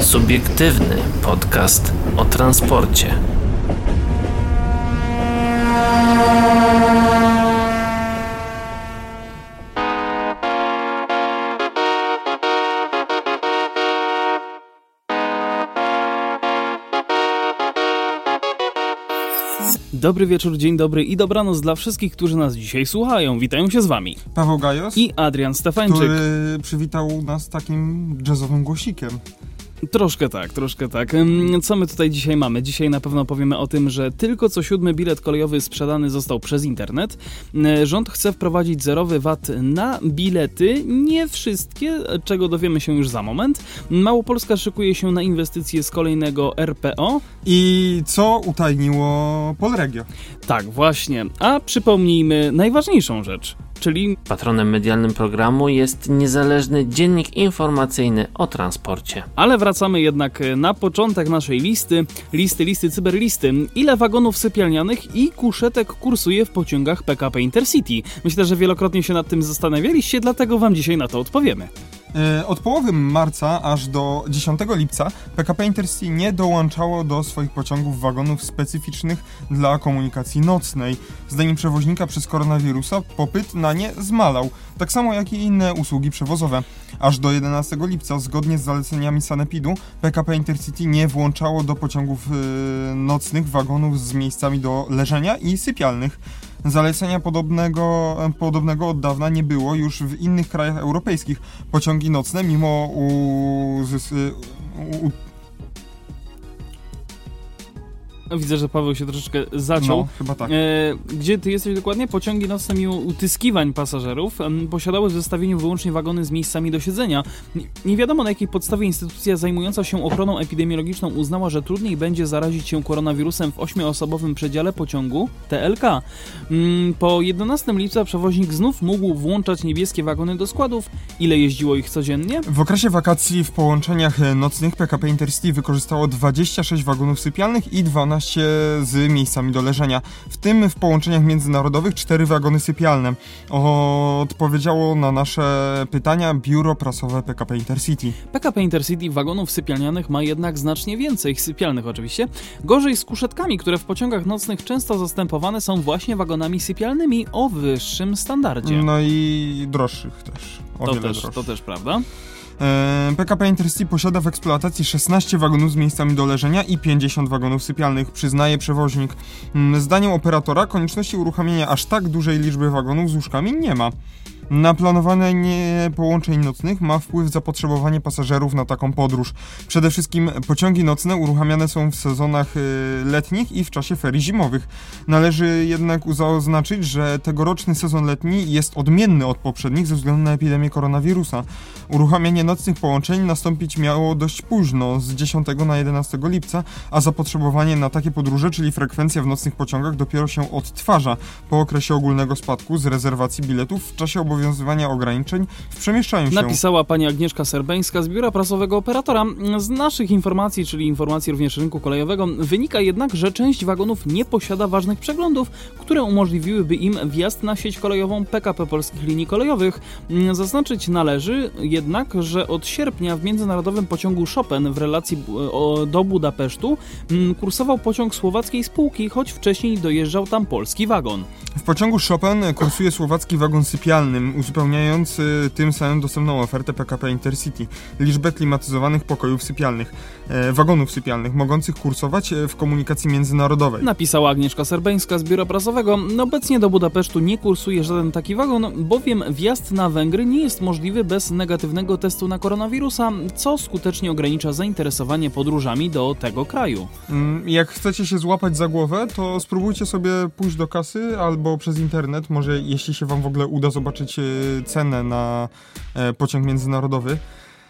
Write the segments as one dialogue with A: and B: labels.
A: Subiektywny podcast o transporcie.
B: Dobry wieczór, dzień dobry i dobranoc dla wszystkich, którzy nas dzisiaj słuchają. Witają się z wami
C: Paweł Gajos
B: i Adrian Stefańczyk,
C: który przywitał nas takim jazzowym głosikiem.
B: Troszkę tak. Co my tutaj dzisiaj mamy? Dzisiaj na pewno powiemy o tym, że tylko co 7 bilet kolejowy sprzedany został przez internet. Rząd chce wprowadzić zerowy VAT na bilety. Nie wszystkie, czego dowiemy się już za moment. Małopolska szykuje się na inwestycje z kolejnego RPO.
C: I co utajniło Polregio?
B: Tak, właśnie. A przypomnijmy najważniejszą rzecz, czyli
A: Patronem medialnym programu jest niezależny dziennik informacyjny o transporcie.
B: Ale wracamy jednak na początek naszej listy cyberlisty. Ile wagonów sypialnianych i kuszetek kursuje w pociągach PKP Intercity? Myślę, że wielokrotnie się nad tym zastanawialiście, dlatego wam dzisiaj na to odpowiemy.
C: Od połowy marca aż do 10 lipca PKP Intercity nie dołączało do swoich pociągów wagonów specyficznych dla komunikacji nocnej. Zdaniem przewoźnika przez koronawirusa popyt na nie zmalał, tak samo jak i inne usługi przewozowe. Aż do 11 lipca, zgodnie z zaleceniami Sanepidu, PKP Intercity nie włączało do pociągów nocnych wagonów z miejscami do leżenia i sypialnych. Zalecenia podobnego od dawna nie było już w innych krajach europejskich. Pociągi nocne, mimo
B: Widzę, że Paweł się troszeczkę zaciął.
C: No, chyba tak.
B: Gdzie ty jesteś dokładnie? Pociągi nocne mimo utyskiwań pasażerów posiadały w zestawieniu wyłącznie wagony z miejscami do siedzenia. Nie wiadomo, na jakiej podstawie instytucja zajmująca się ochroną epidemiologiczną uznała, że trudniej będzie zarazić się koronawirusem w 8-osobowym przedziale pociągu TLK. Po 11 lipca przewoźnik znów mógł włączać niebieskie wagony do składów. Ile jeździło ich codziennie?
C: W okresie wakacji w połączeniach nocnych PKP Intercity wykorzystało 26 wagonów sypialnych i 12 z miejscami do leżenia. W tym w połączeniach międzynarodowych 4 wagony sypialne. Odpowiedziało na nasze pytania biuro prasowe PKP Intercity.
B: PKP Intercity wagonów sypialnianych ma jednak znacznie więcej, sypialnych oczywiście. Gorzej z kuszetkami, które w pociągach nocnych często zastępowane są właśnie wagonami sypialnymi o wyższym standardzie.
C: No i droższych też.
B: To też prawda.
C: PKP Intercity posiada w eksploatacji 16 wagonów z miejscami do leżenia i 50 wagonów sypialnych, przyznaje przewoźnik. Zdaniem operatora konieczności uruchamiania aż tak dużej liczby wagonów z łóżkami nie ma. Na planowanie połączeń nocnych ma wpływ zapotrzebowanie pasażerów na taką podróż. Przede wszystkim pociągi nocne uruchamiane są w sezonach letnich i w czasie ferii zimowych. Należy jednak zaznaczyć, że tegoroczny sezon letni jest odmienny od poprzednich ze względu na epidemię koronawirusa. Uruchamianie nocnych połączeń nastąpić miało dość późno, z 10 na 11 lipca, a zapotrzebowanie na takie podróże, czyli frekwencja w nocnych pociągach, dopiero się odtwarza po okresie ogólnego spadku z rezerwacji biletów w czasie obowiązywania ograniczeń w przemieszczaniu się.
B: Napisała pani Agnieszka Serbeńska z biura prasowego operatora. Z naszych informacji, czyli informacji również rynku kolejowego, wynika jednak, że część wagonów nie posiada ważnych przeglądów, które umożliwiłyby im wjazd na sieć kolejową PKP Polskich Linii Kolejowych. Zaznaczyć należy jednak, że od sierpnia w międzynarodowym pociągu Chopin w relacji do Budapesztu kursował pociąg słowackiej spółki, choć wcześniej dojeżdżał tam polski wagon.
C: W pociągu Chopin kursuje słowacki wagon sypialny, uzupełniając tym samym dostępną ofertę PKP Intercity. Liczbę klimatyzowanych pokojów sypialnych, wagonów sypialnych, mogących kursować w komunikacji międzynarodowej.
B: Napisała Agnieszka Serbeńska z biura prasowego. Obecnie do Budapesztu nie kursuje żaden taki wagon, bowiem wjazd na Węgry nie jest możliwy bez negatywnego testu na koronawirusa, co skutecznie ogranicza zainteresowanie podróżami do tego kraju.
C: Jak chcecie się złapać za głowę, to spróbujcie sobie pójść do kasy albo przez internet, może jeśli się wam w ogóle uda zobaczyć cenę na pociąg międzynarodowy,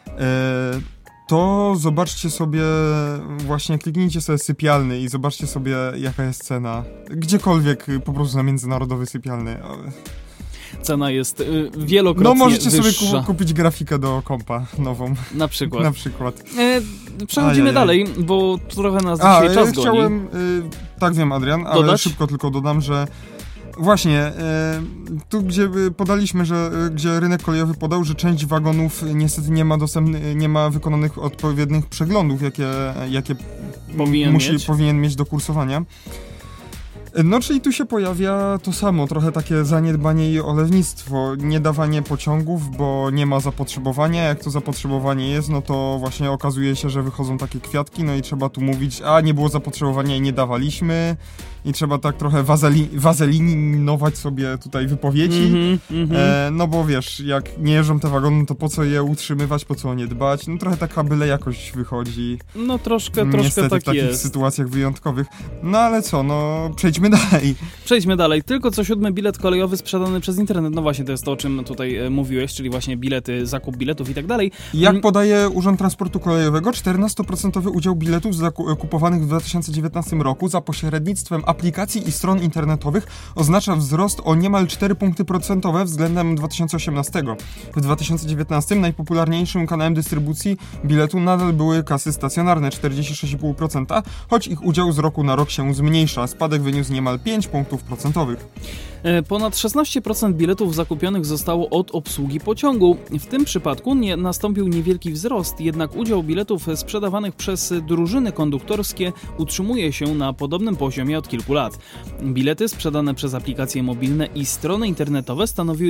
C: to zobaczcie sobie, właśnie kliknijcie sobie sypialny i zobaczcie sobie, jaka jest cena. Gdziekolwiek po prostu na międzynarodowy sypialny.
B: Cena jest wielokrotnie
C: wyższa. No możecie sobie kupić grafikę do kompa nową.
B: Na przykład. Przechodzimy dalej, bo trochę nas dzisiaj czas goni.
C: Tak wiem, Adrian, ale szybko tylko dodam, że Właśnie, tu gdzie podaliśmy, gdzie rynek kolejowy podał, że część wagonów niestety nie ma wykonanych odpowiednich przeglądów, jakie powinien mieć do kursowania. No, czyli tu się pojawia to samo, trochę takie zaniedbanie i olewnictwo, nie dawanie pociągów, bo nie ma zapotrzebowania. Jak to zapotrzebowanie jest, no to właśnie okazuje się, że wychodzą takie kwiatki, no i trzeba tu mówić, nie było zapotrzebowania i nie dawaliśmy. I trzeba tak trochę wazelinować sobie tutaj wypowiedzi, no bo wiesz, jak nie jeżdżą te wagony, to po co je utrzymywać, po co o nie dbać, no trochę taka byle jakość wychodzi.
B: No troszkę
C: niestety
B: tak
C: w takich
B: jest.
C: sytuacjach wyjątkowych. No ale co, no przejdźmy dalej.
B: Przejdźmy dalej. Tylko co 7 bilet kolejowy sprzedany przez internet. No właśnie, to jest to, o czym tutaj mówiłeś, czyli właśnie bilety, zakup biletów i tak dalej.
C: Jak podaje Urząd Transportu Kolejowego, 14% udział biletów kupowanych w 2019 roku za pośrednictwem aplikacji i stron internetowych oznacza wzrost o niemal 4 punkty procentowe względem 2018. W 2019 najpopularniejszym kanałem dystrybucji biletu nadal były kasy stacjonarne, 46,5%, choć ich udział z roku na rok się zmniejsza. Spadek wyniósł niemal 5 punktów procentowych.
B: Ponad 16% biletów zakupionych zostało od obsługi pociągu. W tym przypadku nastąpił niewielki wzrost, jednak udział biletów sprzedawanych przez drużyny konduktorskie utrzymuje się na podobnym poziomie od kilku lat. Bilety sprzedane przez aplikacje mobilne i strony internetowe stanowiły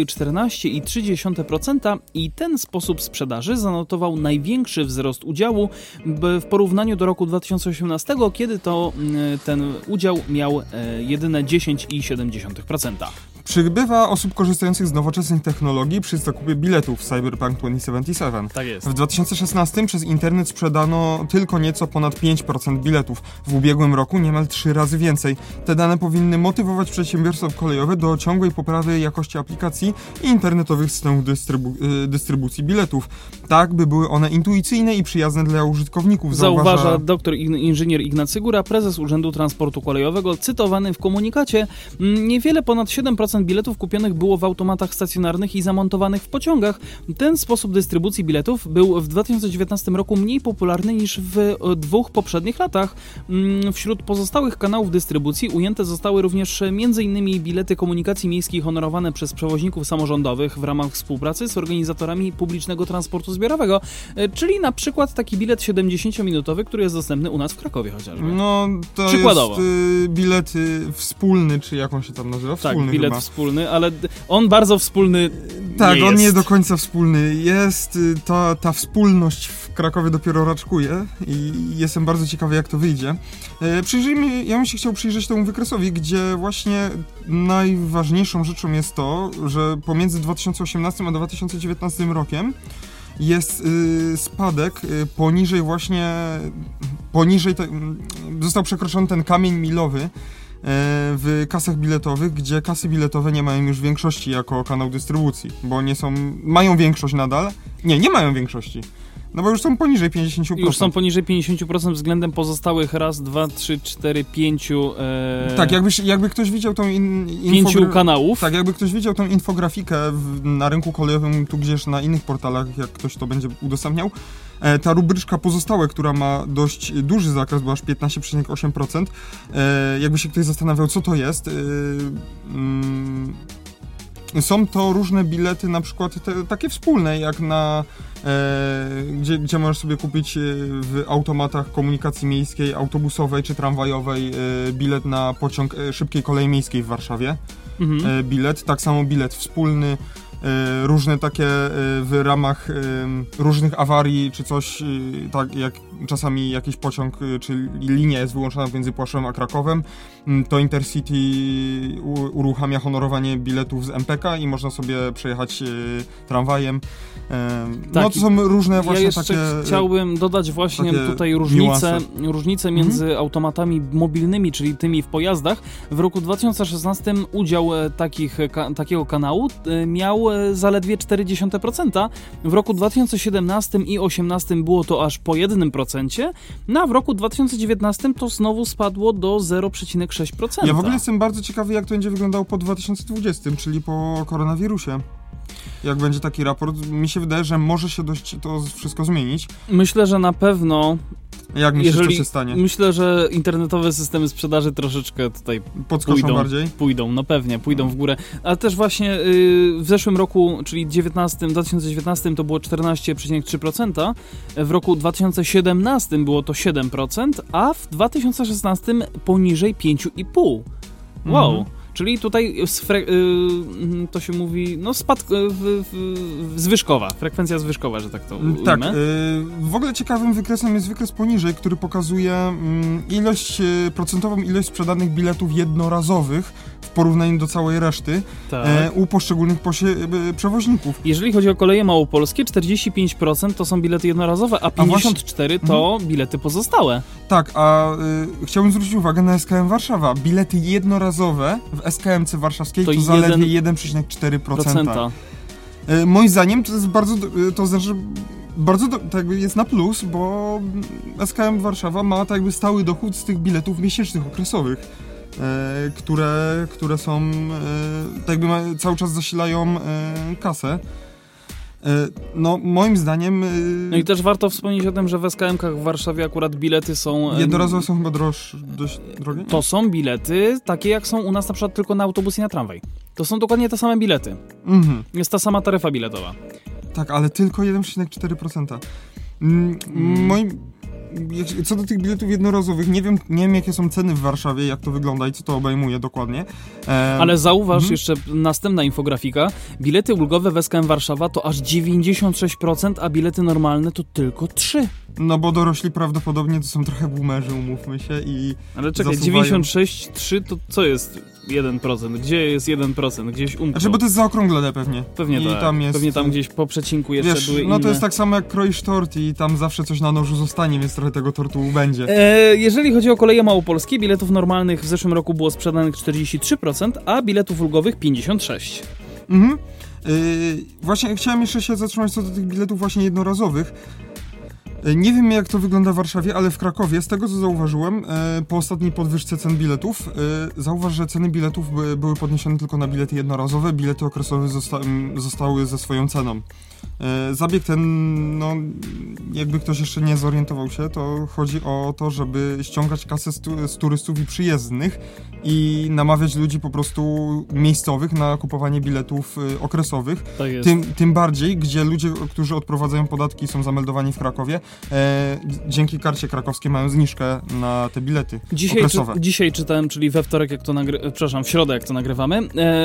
B: 14,3% i ten sposób sprzedaży zanotował największy wzrost udziału w porównaniu do roku 2018, kiedy to ten udział miał jedyne 10,7%.
C: Przybywa osób korzystających z nowoczesnych technologii przy zakupie biletów Cyberpunk 2077.
B: Tak jest.
C: W 2016 przez internet sprzedano tylko nieco ponad 5% biletów. W ubiegłym roku niemal 3 razy więcej. Te dane powinny motywować przedsiębiorstwa kolejowe do ciągłej poprawy jakości aplikacji i internetowych systemów dystrybucji biletów. Tak, by były one intuicyjne i przyjazne dla użytkowników.
B: Zauważa dr inżynier Ignacy Góra, prezes Urzędu Transportu Kolejowego, cytowany w komunikacie. Niewiele ponad 7% biletów kupionych było w automatach stacjonarnych i zamontowanych w pociągach. Ten sposób dystrybucji biletów był w 2019 roku mniej popularny niż w 2 poprzednich latach. Wśród pozostałych kanałów dystrybucji ujęte zostały również m.in. bilety komunikacji miejskiej honorowane przez przewoźników samorządowych w ramach współpracy z organizatorami publicznego transportu zbiorowego, czyli na przykład taki bilet 70-minutowy, który jest dostępny u nas w Krakowie chociażby.
C: No, to
B: przykładowo.
C: Jest bilet wspólny, czy jak on się tam nazywa? Wspólny
B: tak, bilet
C: chyba.
B: Wspólny, ale on bardzo wspólny
C: tak,
B: nie
C: on
B: jest.
C: nie do końca wspólny jest. Ta wspólność w Krakowie dopiero raczkuje i jestem bardzo ciekawy, jak to wyjdzie. Ja bym się chciał przyjrzeć temu wykresowi, gdzie właśnie najważniejszą rzeczą jest to, że pomiędzy 2018 a 2019 rokiem jest spadek został przekroczony ten kamień milowy w kasach biletowych, gdzie kasy biletowe nie mają już większości jako kanał dystrybucji, bo mają większość nadal. Nie mają większości. No bo już są poniżej 50%.
B: Już są poniżej 50% względem pozostałych 1, 2, 3, 4, 5
C: tak, jakby ktoś widział tą
B: 5 kanałów.
C: Tak, jakby ktoś widział tą infografikę na rynku kolejowym, tu gdzieś na innych portalach, jak ktoś to będzie udostępniał, ta rubryczka pozostałe, która ma dość duży zakres, bo aż 15,8%, jakby się ktoś zastanawiał, co to jest, są to różne bilety, na przykład takie wspólne, jak gdzie możesz sobie kupić w automatach komunikacji miejskiej, autobusowej czy tramwajowej bilet na pociąg szybkiej kolei miejskiej w Warszawie. Bilet, tak samo bilet wspólny, różne takie w ramach różnych awarii czy coś, tak jak czasami jakiś pociąg czy linia jest wyłączona między Płaszczem a Krakowem, to Intercity uruchamia honorowanie biletów z MPK i można sobie przejechać tramwajem.
B: Tak,
C: no to są różne właśnie
B: ja jeszcze
C: takie...
B: chciałbym dodać właśnie tutaj różnicę między automatami mobilnymi, czyli tymi w pojazdach. W roku 2016 udział takiego kanału miał zaledwie 0,4%. W roku 2017 i 2018 było to aż po 1%, a w roku 2019 to znowu spadło do 0,6%.
C: Ja w ogóle jestem bardzo ciekawy, jak to będzie wyglądało po 2020, czyli po koronawirusie. Jak będzie taki raport, mi się wydaje, że może się dość to wszystko zmienić.
B: Myślę, że na pewno
C: Jak myślisz, co się stanie?
B: Myślę, że internetowe systemy sprzedaży troszeczkę tutaj
C: podskoczą bardziej?
B: Pójdą, no pewnie, pójdą w górę. Ale też właśnie w zeszłym roku, czyli 2019 to było 14,3%, w roku 2017 było to 7%, a w 2016 poniżej 5,5%. Wow! Czyli tutaj to się mówi, no zwyżkowa, frekwencja zwyżkowa, że tak to ujmę.
C: Tak, w ogóle ciekawym wykresem jest wykres poniżej, który pokazuje procentową ilość sprzedanych biletów jednorazowych w porównaniu do całej reszty u poszczególnych przewoźników.
B: Jeżeli chodzi o koleje małopolskie, 45% to są bilety jednorazowe, a 54% to bilety pozostałe.
C: Tak, chciałbym zwrócić uwagę na SKM Warszawa. Bilety jednorazowe w SKMC warszawskiej to zaledwie 1,4%. Moim zdaniem to jest bardzo jest na plus, bo SKM Warszawa ma tak jakby stały dochód z tych biletów miesięcznych, okresowych, które są tak jakby cały czas zasilają kasę. No, moim zdaniem...
B: No i też warto wspomnieć o tym, że w SKM-kach w Warszawie akurat bilety są...
C: Jednorazowe są chyba dość drogie?
B: To są bilety takie, jak są u nas na przykład tylko na autobus i na tramwaj. To są dokładnie te same bilety. Jest ta sama taryfa biletowa.
C: Tak, ale tylko 1,4%. Co do tych biletów jednorazowych, nie wiem jakie są ceny w Warszawie, jak to wygląda i co to obejmuje dokładnie.
B: Ale zauważ jeszcze następna infografika. Bilety ulgowe w SKM Warszawa to aż 96%, a bilety normalne to tylko 3%.
C: No bo dorośli prawdopodobnie to są trochę boomerzy, umówmy się i
B: ale czekaj, zasuwają... 96,3 to co jest 1%? Gdzie jest 1%? Gdzieś umknął.
C: Znaczy, bo to jest zaokrąglone pewnie.
B: Pewnie tak. Pewnie tam gdzieś po przecinku jeszcze były inne.
C: No to jest tak samo jak kroisz tort i tam zawsze coś na nożu zostanie, więc trochę tego tortu będzie.
B: Jeżeli chodzi o koleje małopolskie, biletów normalnych w zeszłym roku było sprzedanych 43%, a biletów ulgowych 56%.
C: Właśnie chciałem jeszcze się zatrzymać co do tych biletów właśnie jednorazowych. Nie wiem jak to wygląda w Warszawie, ale w Krakowie, z tego co zauważyłem, po ostatniej podwyżce cen biletów, zauważ, że ceny biletów były podniesione tylko na bilety jednorazowe, bilety okresowe zostały ze swoją ceną. Zabieg ten, no jakby ktoś jeszcze nie zorientował się, to chodzi o to, żeby ściągać kasę z turystów i przyjezdnych i namawiać ludzi po prostu miejscowych na kupowanie biletów okresowych.
B: Tak jest.
C: Tym bardziej, gdzie ludzie, którzy odprowadzają podatki, są zameldowani w Krakowie, dzięki karcie krakowskiej mają zniżkę na te bilety okresowe.
B: Dzisiaj czytałem, czyli we wtorek, w środę, jak to nagrywamy,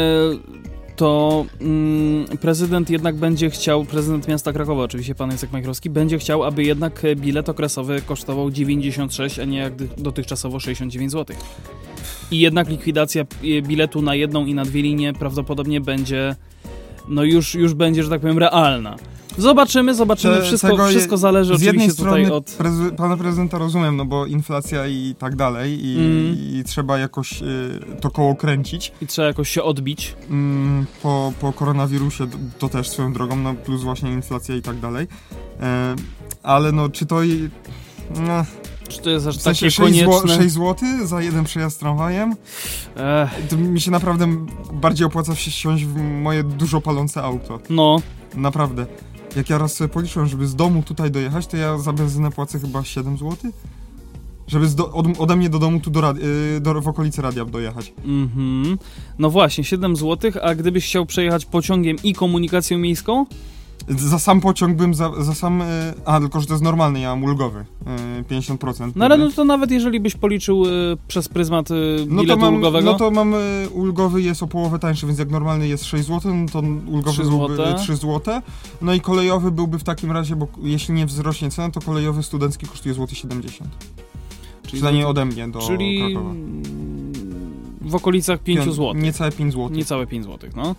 B: to prezydent jednak będzie chciał, prezydent miasta Krakowa, oczywiście pan Jacek Majchrowski, będzie chciał, aby jednak bilet okresowy kosztował 96, a nie jak dotychczasowo 69 zł. I jednak likwidacja biletu na jedną i na dwie linie prawdopodobnie będzie, no już będzie, że tak powiem, realna. Zobaczymy, wszystko zależy oczywiście tutaj od...
C: Pana prezydenta rozumiem, no bo inflacja i tak dalej i trzeba jakoś to koło kręcić.
B: I trzeba jakoś się odbić.
C: Po koronawirusie to też swoją drogą, no plus właśnie inflacja i tak dalej. Ale no, czy to...
B: Czy to jest aż
C: w sensie
B: takie konieczne?
C: 6 zł za jeden przejazd tramwajem? To mi się naprawdę bardziej opłaca wsiąść w moje dużo palące auto. No. Naprawdę. Jak ja raz sobie policzyłem, żeby z domu tutaj dojechać, to ja za benzynę płacę chyba 7 zł? Żeby ode mnie do domu tu w okolicy radia dojechać.
B: No właśnie, 7 zł, a gdybyś chciał przejechać pociągiem i komunikacją miejską?
C: Za sam pociąg bym za sam... tylko że to jest normalny, ja mam ulgowy. 50%.
B: No ale no to nawet jeżeli byś policzył przez pryzmat biletu ulgowego...
C: No to mam ulgowy jest o połowę tańszy, więc jak normalny jest 6 zł, no to ulgowy byłby 3 zł. No i kolejowy byłby w takim razie, bo jeśli nie wzrośnie cena, to kolejowy studencki kosztuje 70 zł. Przynajmniej ode mnie do Krakowa.
B: W okolicach 5 zł.
C: Niecałe 5 zł.
B: Niecałe 5 zł, no.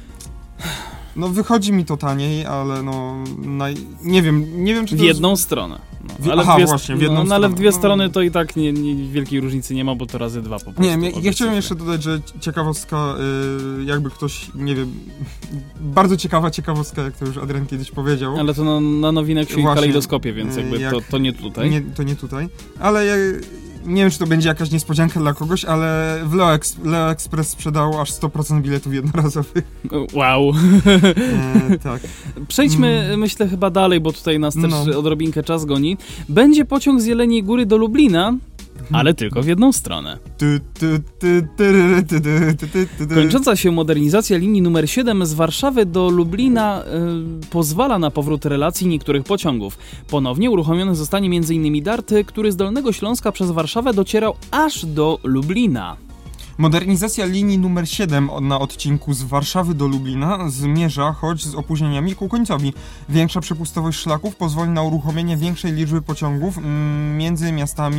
C: No wychodzi mi to taniej, ale no nie wiem czy to
B: w jedną stronę. No, ale w dwie strony to i tak wielkiej różnicy nie ma, bo to razy 2 po prostu.
C: Nie, ja chciałem jeszcze dodać, że ciekawostka, jakby ktoś, nie wiem, bardzo ciekawa ciekawostka, jak to już Adrian kiedyś powiedział.
B: Ale to na nowinek, czyli kalejdoskopie, więc jakby to nie tutaj.
C: To nie tutaj, ale nie wiem, czy to będzie jakaś niespodzianka dla kogoś, ale w Leo Express sprzedało aż 100% biletów jednorazowych.
B: Wow.
C: Tak.
B: Przejdźmy, myślę, chyba dalej, bo tutaj nas też odrobinkę czas goni. Będzie pociąg z Jeleniej Góry do Lublina, ale tylko w jedną stronę. Kończąca się modernizacja linii numer 7 z Warszawy do Lublina pozwala na powrót relacji niektórych pociągów. Ponownie uruchomiony zostanie m.in. DART, który z Dolnego Śląska przez Warszawę docierał aż do Lublina.
C: Modernizacja linii numer 7 na odcinku z Warszawy do Lublina zmierza, choć z opóźnieniami, ku końcowi. Większa przepustowość szlaków pozwoli na uruchomienie większej liczby pociągów między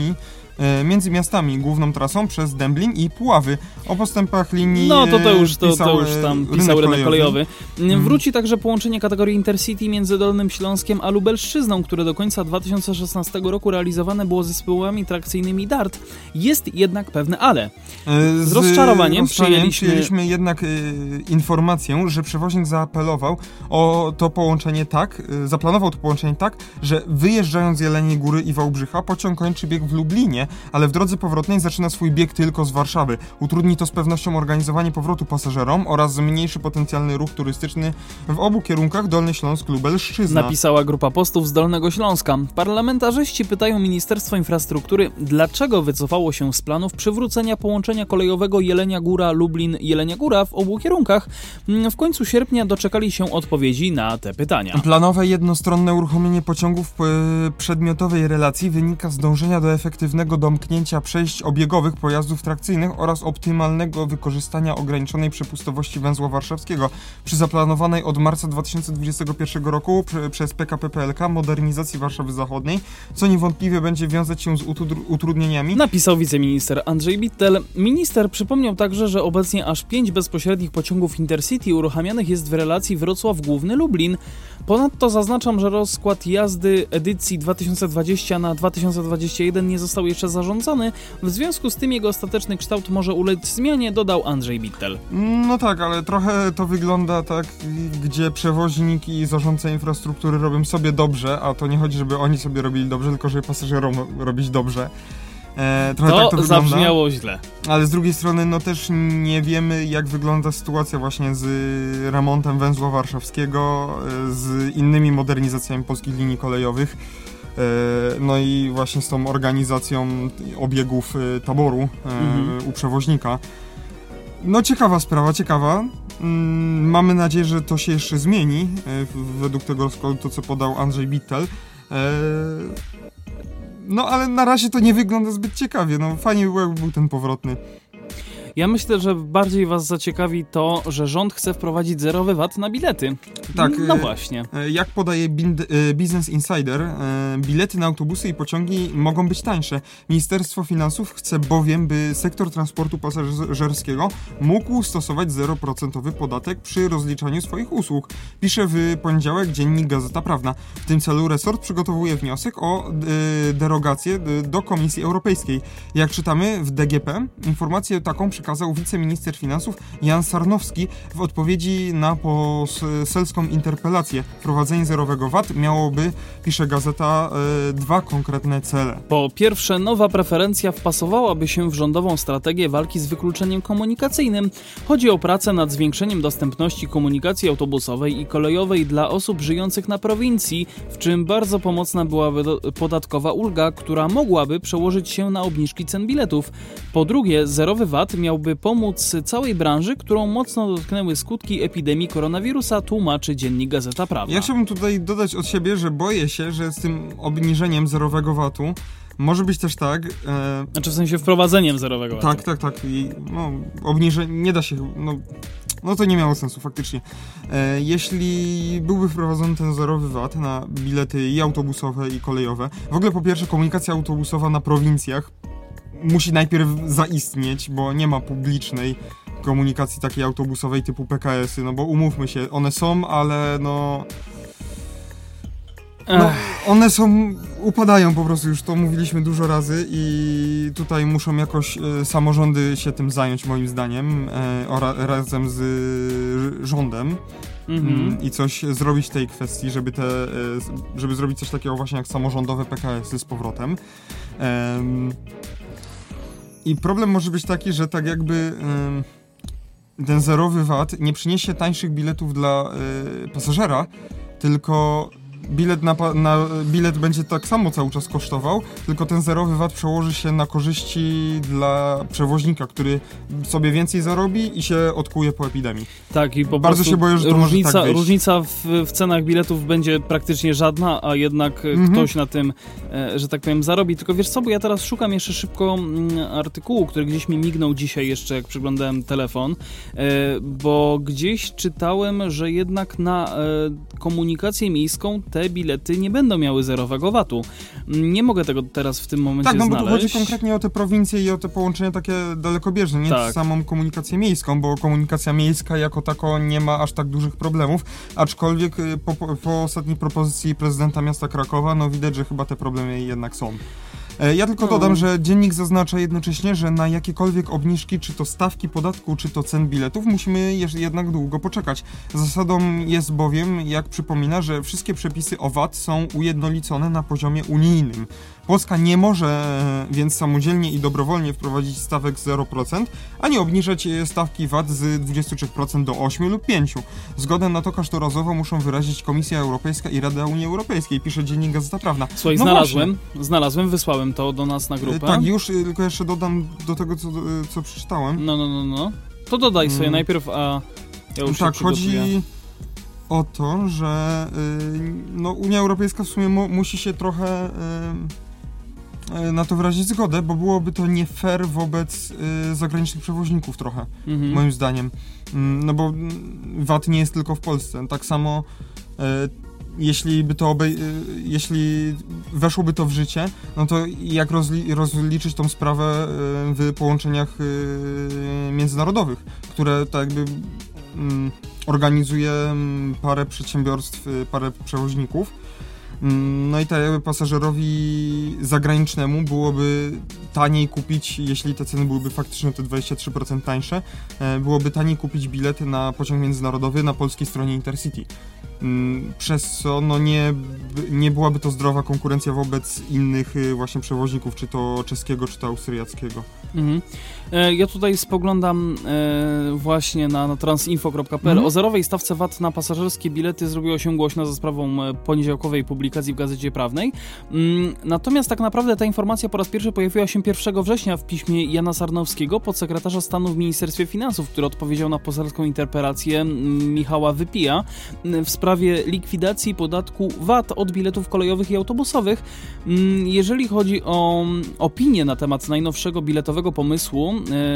C: miastami, główną trasą przez Dęblin i Puławy. O postępach linii
B: to już tam pisał rynek kolejowy. Wróci także połączenie kategorii Intercity między Dolnym Śląskiem a Lubelszczyzną, które do końca 2016 roku realizowane było zespołami trakcyjnymi DART. Jest jednak pewne ale. Z rozczarowaniem przyjęliśmy
C: jednak informację, że przewoźnik zaapelował o to połączenie zaplanował to połączenie tak, że wyjeżdżając z Jeleniej Góry i Wałbrzycha pociąg kończy bieg w Lublinie, ale w drodze powrotnej zaczyna swój bieg tylko z Warszawy. Utrudni to z pewnością organizowanie powrotu pasażerom oraz zmniejszy potencjalny ruch turystyczny w obu kierunkach Dolny Śląsk, Lubelszczyzna.
B: Napisała grupa postów z Dolnego Śląska. Parlamentarzyści pytają Ministerstwo Infrastruktury, dlaczego wycofało się z planów przywrócenia połączenia kolejowego Jelenia Góra, Lublin, Jelenia Góra w obu kierunkach. W końcu sierpnia doczekali się odpowiedzi na te pytania.
C: Planowe jednostronne uruchomienie pociągów przedmiotowej relacji wynika z dążenia do efektywnego domknięcia przejść obiegowych pojazdów trakcyjnych oraz optymalnego wykorzystania ograniczonej przepustowości węzła warszawskiego. Przy zaplanowanej od marca 2021 roku przez PKP PLK modernizacji Warszawy Zachodniej, co niewątpliwie będzie wiązać się z utrudnieniami,
B: napisał wiceminister Andrzej Bittel. Minister przypomniał także, że obecnie aż 5 bezpośrednich pociągów Intercity uruchamianych jest w relacji Wrocław Główny Lublin. Ponadto zaznaczam, że rozkład jazdy edycji 2020 na 2021 nie został jeszcze zarządzony. W związku z tym jego ostateczny kształt może ulec zmianie, dodał Andrzej Bittel.
C: No tak, ale trochę to wygląda tak, gdzie przewoźnik i zarządca infrastruktury robią sobie dobrze, a to nie chodzi, żeby oni sobie robili dobrze, tylko żeby pasażerom robić dobrze.
B: To tak zabrzmiało źle.
C: Ale z drugiej strony też nie wiemy, jak wygląda sytuacja właśnie z remontem węzła warszawskiego, z innymi modernizacjami polskich linii kolejowych, no i właśnie z tą organizacją obiegów taboru u przewoźnika. No ciekawa sprawa, ciekawa. Mamy nadzieję, że to się jeszcze zmieni według tego rozkładu, to co podał Andrzej Bittel. No ale na razie to nie wygląda zbyt ciekawie, fajnie by było, jakby był ten powrotny.
B: Ja myślę, że bardziej was zaciekawi to, że rząd chce wprowadzić zerowy VAT na bilety.
C: Tak.
B: No właśnie.
C: Jak podaje Business Insider, bilety na autobusy i pociągi mogą być tańsze. Ministerstwo Finansów chce bowiem, by sektor transportu pasażerskiego mógł stosować 0% podatek przy rozliczaniu swoich usług. Pisze w poniedziałek dziennik Gazeta Prawna. W tym celu resort przygotowuje wniosek o derogację do Komisji Europejskiej. Jak czytamy w DGP, informację taką przekazał wiceminister finansów Jan Sarnowski w odpowiedzi na poselską interpelację. Wprowadzenie zerowego VAT miałoby, pisze gazeta, 2 konkretne cele.
B: Po pierwsze, nowa preferencja wpasowałaby się w rządową strategię walki z wykluczeniem komunikacyjnym. Chodzi o pracę nad zwiększeniem dostępności komunikacji autobusowej i kolejowej dla osób żyjących na prowincji, w czym bardzo pomocna byłaby podatkowa ulga, która mogłaby przełożyć się na obniżki cen biletów. Po drugie, zerowy VAT miałby pomóc całej branży, którą mocno dotknęły skutki epidemii koronawirusa, tłumaczy dziennik Gazeta Prawna.
C: Ja chciałbym tutaj dodać od siebie, że boję się, że z tym obniżeniem zerowego VAT-u może być też tak...
B: Znaczy w sensie wprowadzeniem zerowego VAT-u.
C: Tak. I, obniżenie nie da się... No to nie miało sensu faktycznie. Jeśli byłby wprowadzony ten zerowy VAT na bilety i autobusowe, i kolejowe, w ogóle po pierwsze komunikacja autobusowa na prowincjach musi najpierw zaistnieć, bo nie ma publicznej komunikacji takiej autobusowej typu PKS-y, bo umówmy się, one są, ale one upadają po prostu, już to mówiliśmy dużo razy i tutaj muszą jakoś samorządy się tym zająć moim zdaniem, razem z rządem. I coś zrobić w tej kwestii, żeby zrobić coś takiego właśnie jak samorządowe PKS-y z powrotem. I problem może być taki, że tak jakby ten zerowy VAT nie przyniesie tańszych biletów dla pasażera, tylko bilet będzie tak samo cały czas kosztował, tylko ten zerowy VAT przełoży się na korzyści dla przewoźnika, który sobie więcej zarobi i się odkuje po epidemii.
B: Tak, i po
C: bardzo
B: prostu
C: się boję, że to może tak wyjść.
B: Różnica w cenach biletów będzie praktycznie żadna, a jednak ktoś na tym, że tak powiem, zarobi. Tylko wiesz co, bo ja teraz szukam jeszcze szybko artykułu, który gdzieś mi mignął dzisiaj jeszcze, jak przeglądałem telefon, bo gdzieś czytałem, że jednak na komunikację miejską te bilety nie będą miały zerowego VAT-u. Nie mogę tego teraz w tym momencie znaleźć.
C: Tak, no bo tu chodzi konkretnie o te prowincje i o te połączenia takie dalekobieżne, nie samą komunikację miejską, bo komunikacja miejska jako tako nie ma aż tak dużych problemów, aczkolwiek po ostatniej propozycji prezydenta miasta Krakowa, no widać, że chyba te problemy jednak są. Ja tylko dodam, że dziennik zaznacza jednocześnie, że na jakiekolwiek obniżki, czy to stawki podatku, czy to cen biletów, musimy jednak długo poczekać. Zasadą jest bowiem, jak przypomina, że wszystkie przepisy o VAT są ujednolicone na poziomie unijnym. Polska nie może więc samodzielnie i dobrowolnie wprowadzić stawek 0%, ani obniżać stawki VAT z 23% do 8 lub 5%. Zgodę na to każdorazowo muszą wyrazić Komisja Europejska i Rada Unii Europejskiej, pisze dziennik Gazeta Prawna.
B: Słuchaj, znalazłem, wysłałem to do nas na grupę.
C: Tak, już tylko jeszcze dodam do tego, co przeczytałem.
B: No. To dodaj sobie najpierw, a ja już
C: tak, chodzi o to, że Unia Europejska w sumie musi się trochę na to wyrazić zgodę, bo byłoby to nie fair wobec zagranicznych przewoźników trochę, moim zdaniem. No bo VAT nie jest tylko w Polsce. Tak samo jeśli weszłoby to w życie, no to jak rozliczyć tą sprawę w połączeniach międzynarodowych, które tak jakby organizuje parę przedsiębiorstw, parę przewoźników. No i tak jakby pasażerowi zagranicznemu byłoby taniej kupić, jeśli te ceny byłyby faktycznie te 23% tańsze, byłoby taniej kupić bilety na pociąg międzynarodowy na polskiej stronie Intercity. Przez co nie byłaby to zdrowa konkurencja wobec innych właśnie przewoźników, czy to czeskiego, czy to austriackiego.
B: Ja tutaj spoglądam właśnie na transinfo.pl. O zerowej stawce VAT na pasażerskie bilety zrobiło się głośno za sprawą poniedziałkowej publikacji w Gazecie Prawnej. Natomiast tak naprawdę ta informacja po raz pierwszy pojawiła się 1 września w piśmie Jana Sarnowskiego, podsekretarza stanu w Ministerstwie Finansów, który odpowiedział na poselską interpelację Michała Wypija w sprawie likwidacji podatku VAT od biletów kolejowych i autobusowych. Jeżeli chodzi o opinię na temat najnowszego biletowego pomysłu,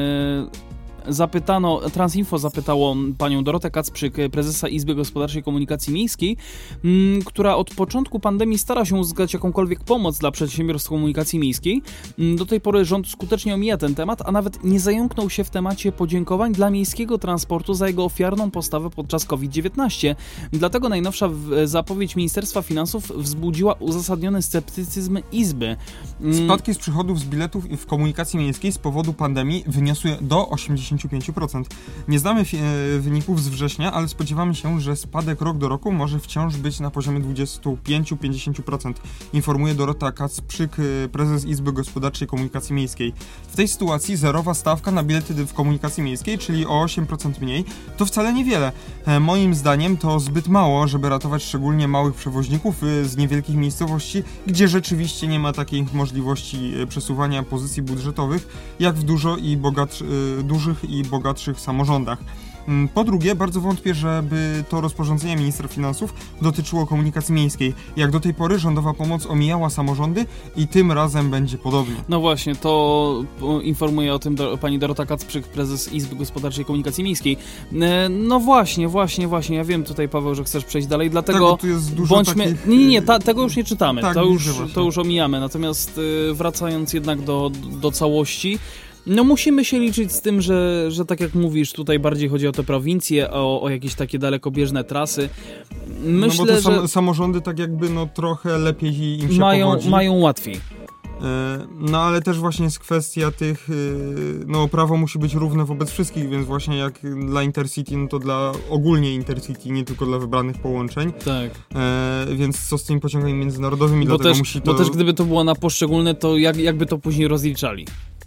B: Transinfo zapytało panią Dorotę Kacprzyk, prezesa Izby Gospodarczej Komunikacji Miejskiej, która od początku pandemii stara się uzyskać jakąkolwiek pomoc dla przedsiębiorstw komunikacji miejskiej. Do tej pory rząd skutecznie omija ten temat, a nawet nie zająknął się w temacie podziękowań dla miejskiego transportu za jego ofiarną postawę podczas COVID-19. Dlatego najnowsza zapowiedź Ministerstwa Finansów wzbudziła uzasadniony sceptycyzm Izby.
C: Spadki z przychodów z biletów w komunikacji miejskiej z powodu pandemii wyniosły do 85%. Nie znamy wyników z września, ale spodziewamy się, że spadek rok do roku może wciąż być na poziomie 25-50%, informuje Dorota Kacprzyk, prezes Izby Gospodarczej Komunikacji Miejskiej. W tej sytuacji zerowa stawka na bilety w komunikacji miejskiej, czyli o 8% mniej, to wcale niewiele. Moim zdaniem to zbyt mało, żeby ratować szczególnie małych przewoźników z niewielkich miejscowości, gdzie rzeczywiście nie ma takich możliwości przesuwania pozycji budżetowych, jak w dużych i bogatszych samorządach. Po drugie, bardzo wątpię, żeby to rozporządzenie ministra finansów dotyczyło komunikacji miejskiej. Jak do tej pory rządowa pomoc omijała samorządy i tym razem będzie podobnie.
B: No właśnie, to informuje o tym pani Dorota Kacprzyk, prezes Izby Gospodarczej Komunikacji Miejskiej. No właśnie. Ja wiem tutaj, Paweł, że chcesz przejść dalej, dlatego
C: tak, tu jest dużo takich...
B: Nie, tego już nie czytamy,
C: tak,
B: to już omijamy. Natomiast wracając jednak do całości, no musimy się liczyć z tym, że tak jak mówisz, tutaj bardziej chodzi o te prowincje, o jakieś takie dalekobieżne trasy. Myślę,
C: no bo
B: że
C: samorządy tak jakby trochę lepiej im się powodzi.
B: Mają łatwiej.
C: No ale też właśnie jest kwestia tych, prawo musi być równe wobec wszystkich, więc właśnie jak dla Intercity, no to dla ogólnie Intercity, nie tylko dla wybranych połączeń.
B: Tak.
C: Więc co z tymi pociągami międzynarodowymi,
B: bo też gdyby to było na poszczególne, to jakby to później rozliczali?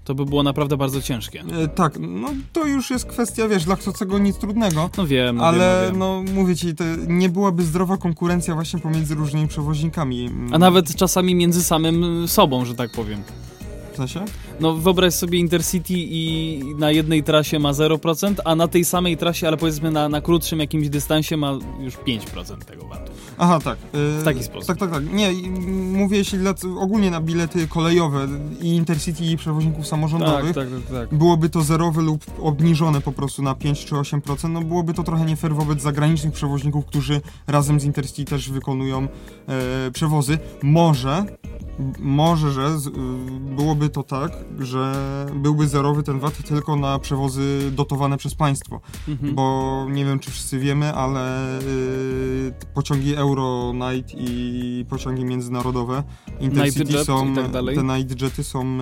B: To by było naprawdę bardzo ciężkie.
C: Tak, no to już jest kwestia, wiesz, dla chcącego nic trudnego.
B: No wiem,
C: ale
B: wiem.
C: No mówię ci, to nie byłaby zdrowa konkurencja właśnie pomiędzy różnymi przewoźnikami.
B: A nawet czasami między samym sobą, że tak powiem.
C: W sensie?
B: No wyobraź sobie Intercity i na jednej trasie ma 0%, a na tej samej trasie, ale powiedzmy na krótszym jakimś dystansie ma już 5% tego VAT-u.
C: Aha, tak.
B: W taki sposób.
C: Tak. Nie, mówię, jeśli ogólnie na bilety kolejowe i Intercity i przewoźników samorządowych,
B: tak.
C: byłoby to zerowe lub obniżone po prostu na 5 czy 8%, no byłoby to trochę nie fair wobec zagranicznych przewoźników, którzy razem z Intercity też wykonują przewozy. Może, że byłoby to tak, że byłby zerowy ten VAT tylko na przewozy dotowane przez państwo, bo nie wiem, czy wszyscy wiemy, ale pociągi Euronight i pociągi międzynarodowe Intercity są,
B: tak dalej.
C: Te Nightjety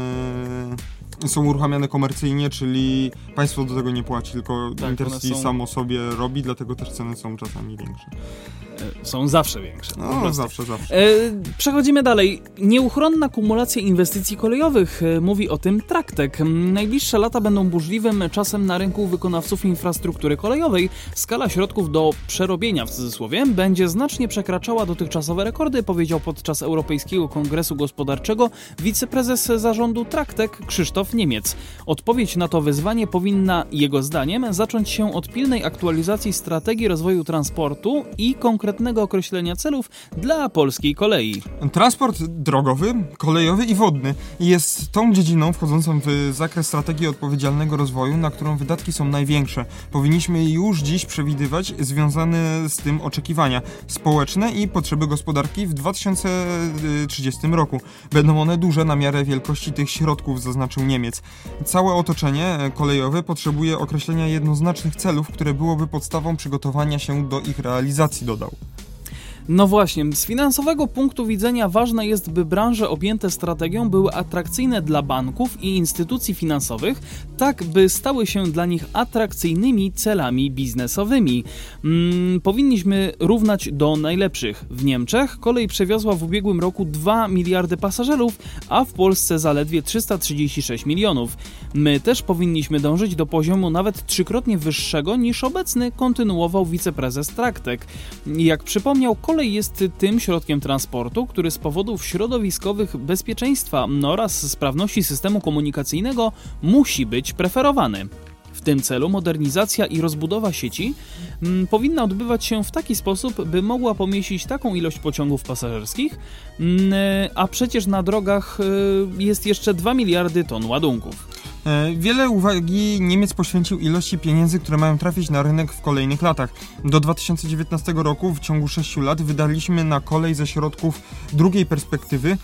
C: są uruchamiane komercyjnie, czyli państwo do tego nie płaci, tylko Intercity samo sobie robi, dlatego też ceny są czasami większe.
B: Są zawsze większe.
C: No, zawsze.
B: Przechodzimy dalej. Nieuchronna kumulacja inwestycji kolejowych. Mówi o tym Tractec. Najbliższe lata będą burzliwym czasem na rynku wykonawców infrastruktury kolejowej. Skala środków do przerobienia, w cudzysłowie, będzie znacznie przekraczała dotychczasowe rekordy, powiedział podczas Europejskiego Kongresu Gospodarczego wiceprezes zarządu Tractec Krzysztof Niemiec. Odpowiedź na to wyzwanie powinna, jego zdaniem, zacząć się od pilnej aktualizacji strategii rozwoju transportu i konkretnego określenia celów dla polskiej kolei.
C: Transport drogowy, kolejowy i wodny jest tą dziedziną wchodzącą w zakres strategii odpowiedzialnego rozwoju, na którą wydatki są największe. Powinniśmy już dziś przewidywać związane z tym oczekiwania społeczne i potrzeby gospodarki w 2030 roku. Będą one duże na miarę wielkości tych środków, zaznaczył Niemiec. Całe otoczenie kolejowe potrzebuje określenia jednoznacznych celów, które byłoby podstawą przygotowania się do ich realizacji, dodał.
B: No właśnie, z finansowego punktu widzenia ważne jest, by branże objęte strategią były atrakcyjne dla banków i instytucji finansowych, tak by stały się dla nich atrakcyjnymi celami biznesowymi. Powinniśmy równać do najlepszych. W Niemczech kolej przewiozła w ubiegłym roku 2 miliardy pasażerów, a w Polsce zaledwie 336 milionów. My też powinniśmy dążyć do poziomu nawet trzykrotnie wyższego niż obecny, kontynuował wiceprezes Tractec. Jak przypomniał, kolej jest tym środkiem transportu, który z powodów środowiskowych, bezpieczeństwa oraz sprawności systemu komunikacyjnego musi być preferowany. W tym celu modernizacja i rozbudowa sieci powinna odbywać się w taki sposób, by mogła pomieścić taką ilość pociągów pasażerskich, a przecież na drogach jest jeszcze 2 miliardy ton ładunków.
C: Wiele uwagi Niemiec poświęcił ilości pieniędzy, które mają trafić na rynek w kolejnych latach. Do 2019 roku w ciągu 6 lat wydaliśmy na kolej ze środków drugiej perspektywy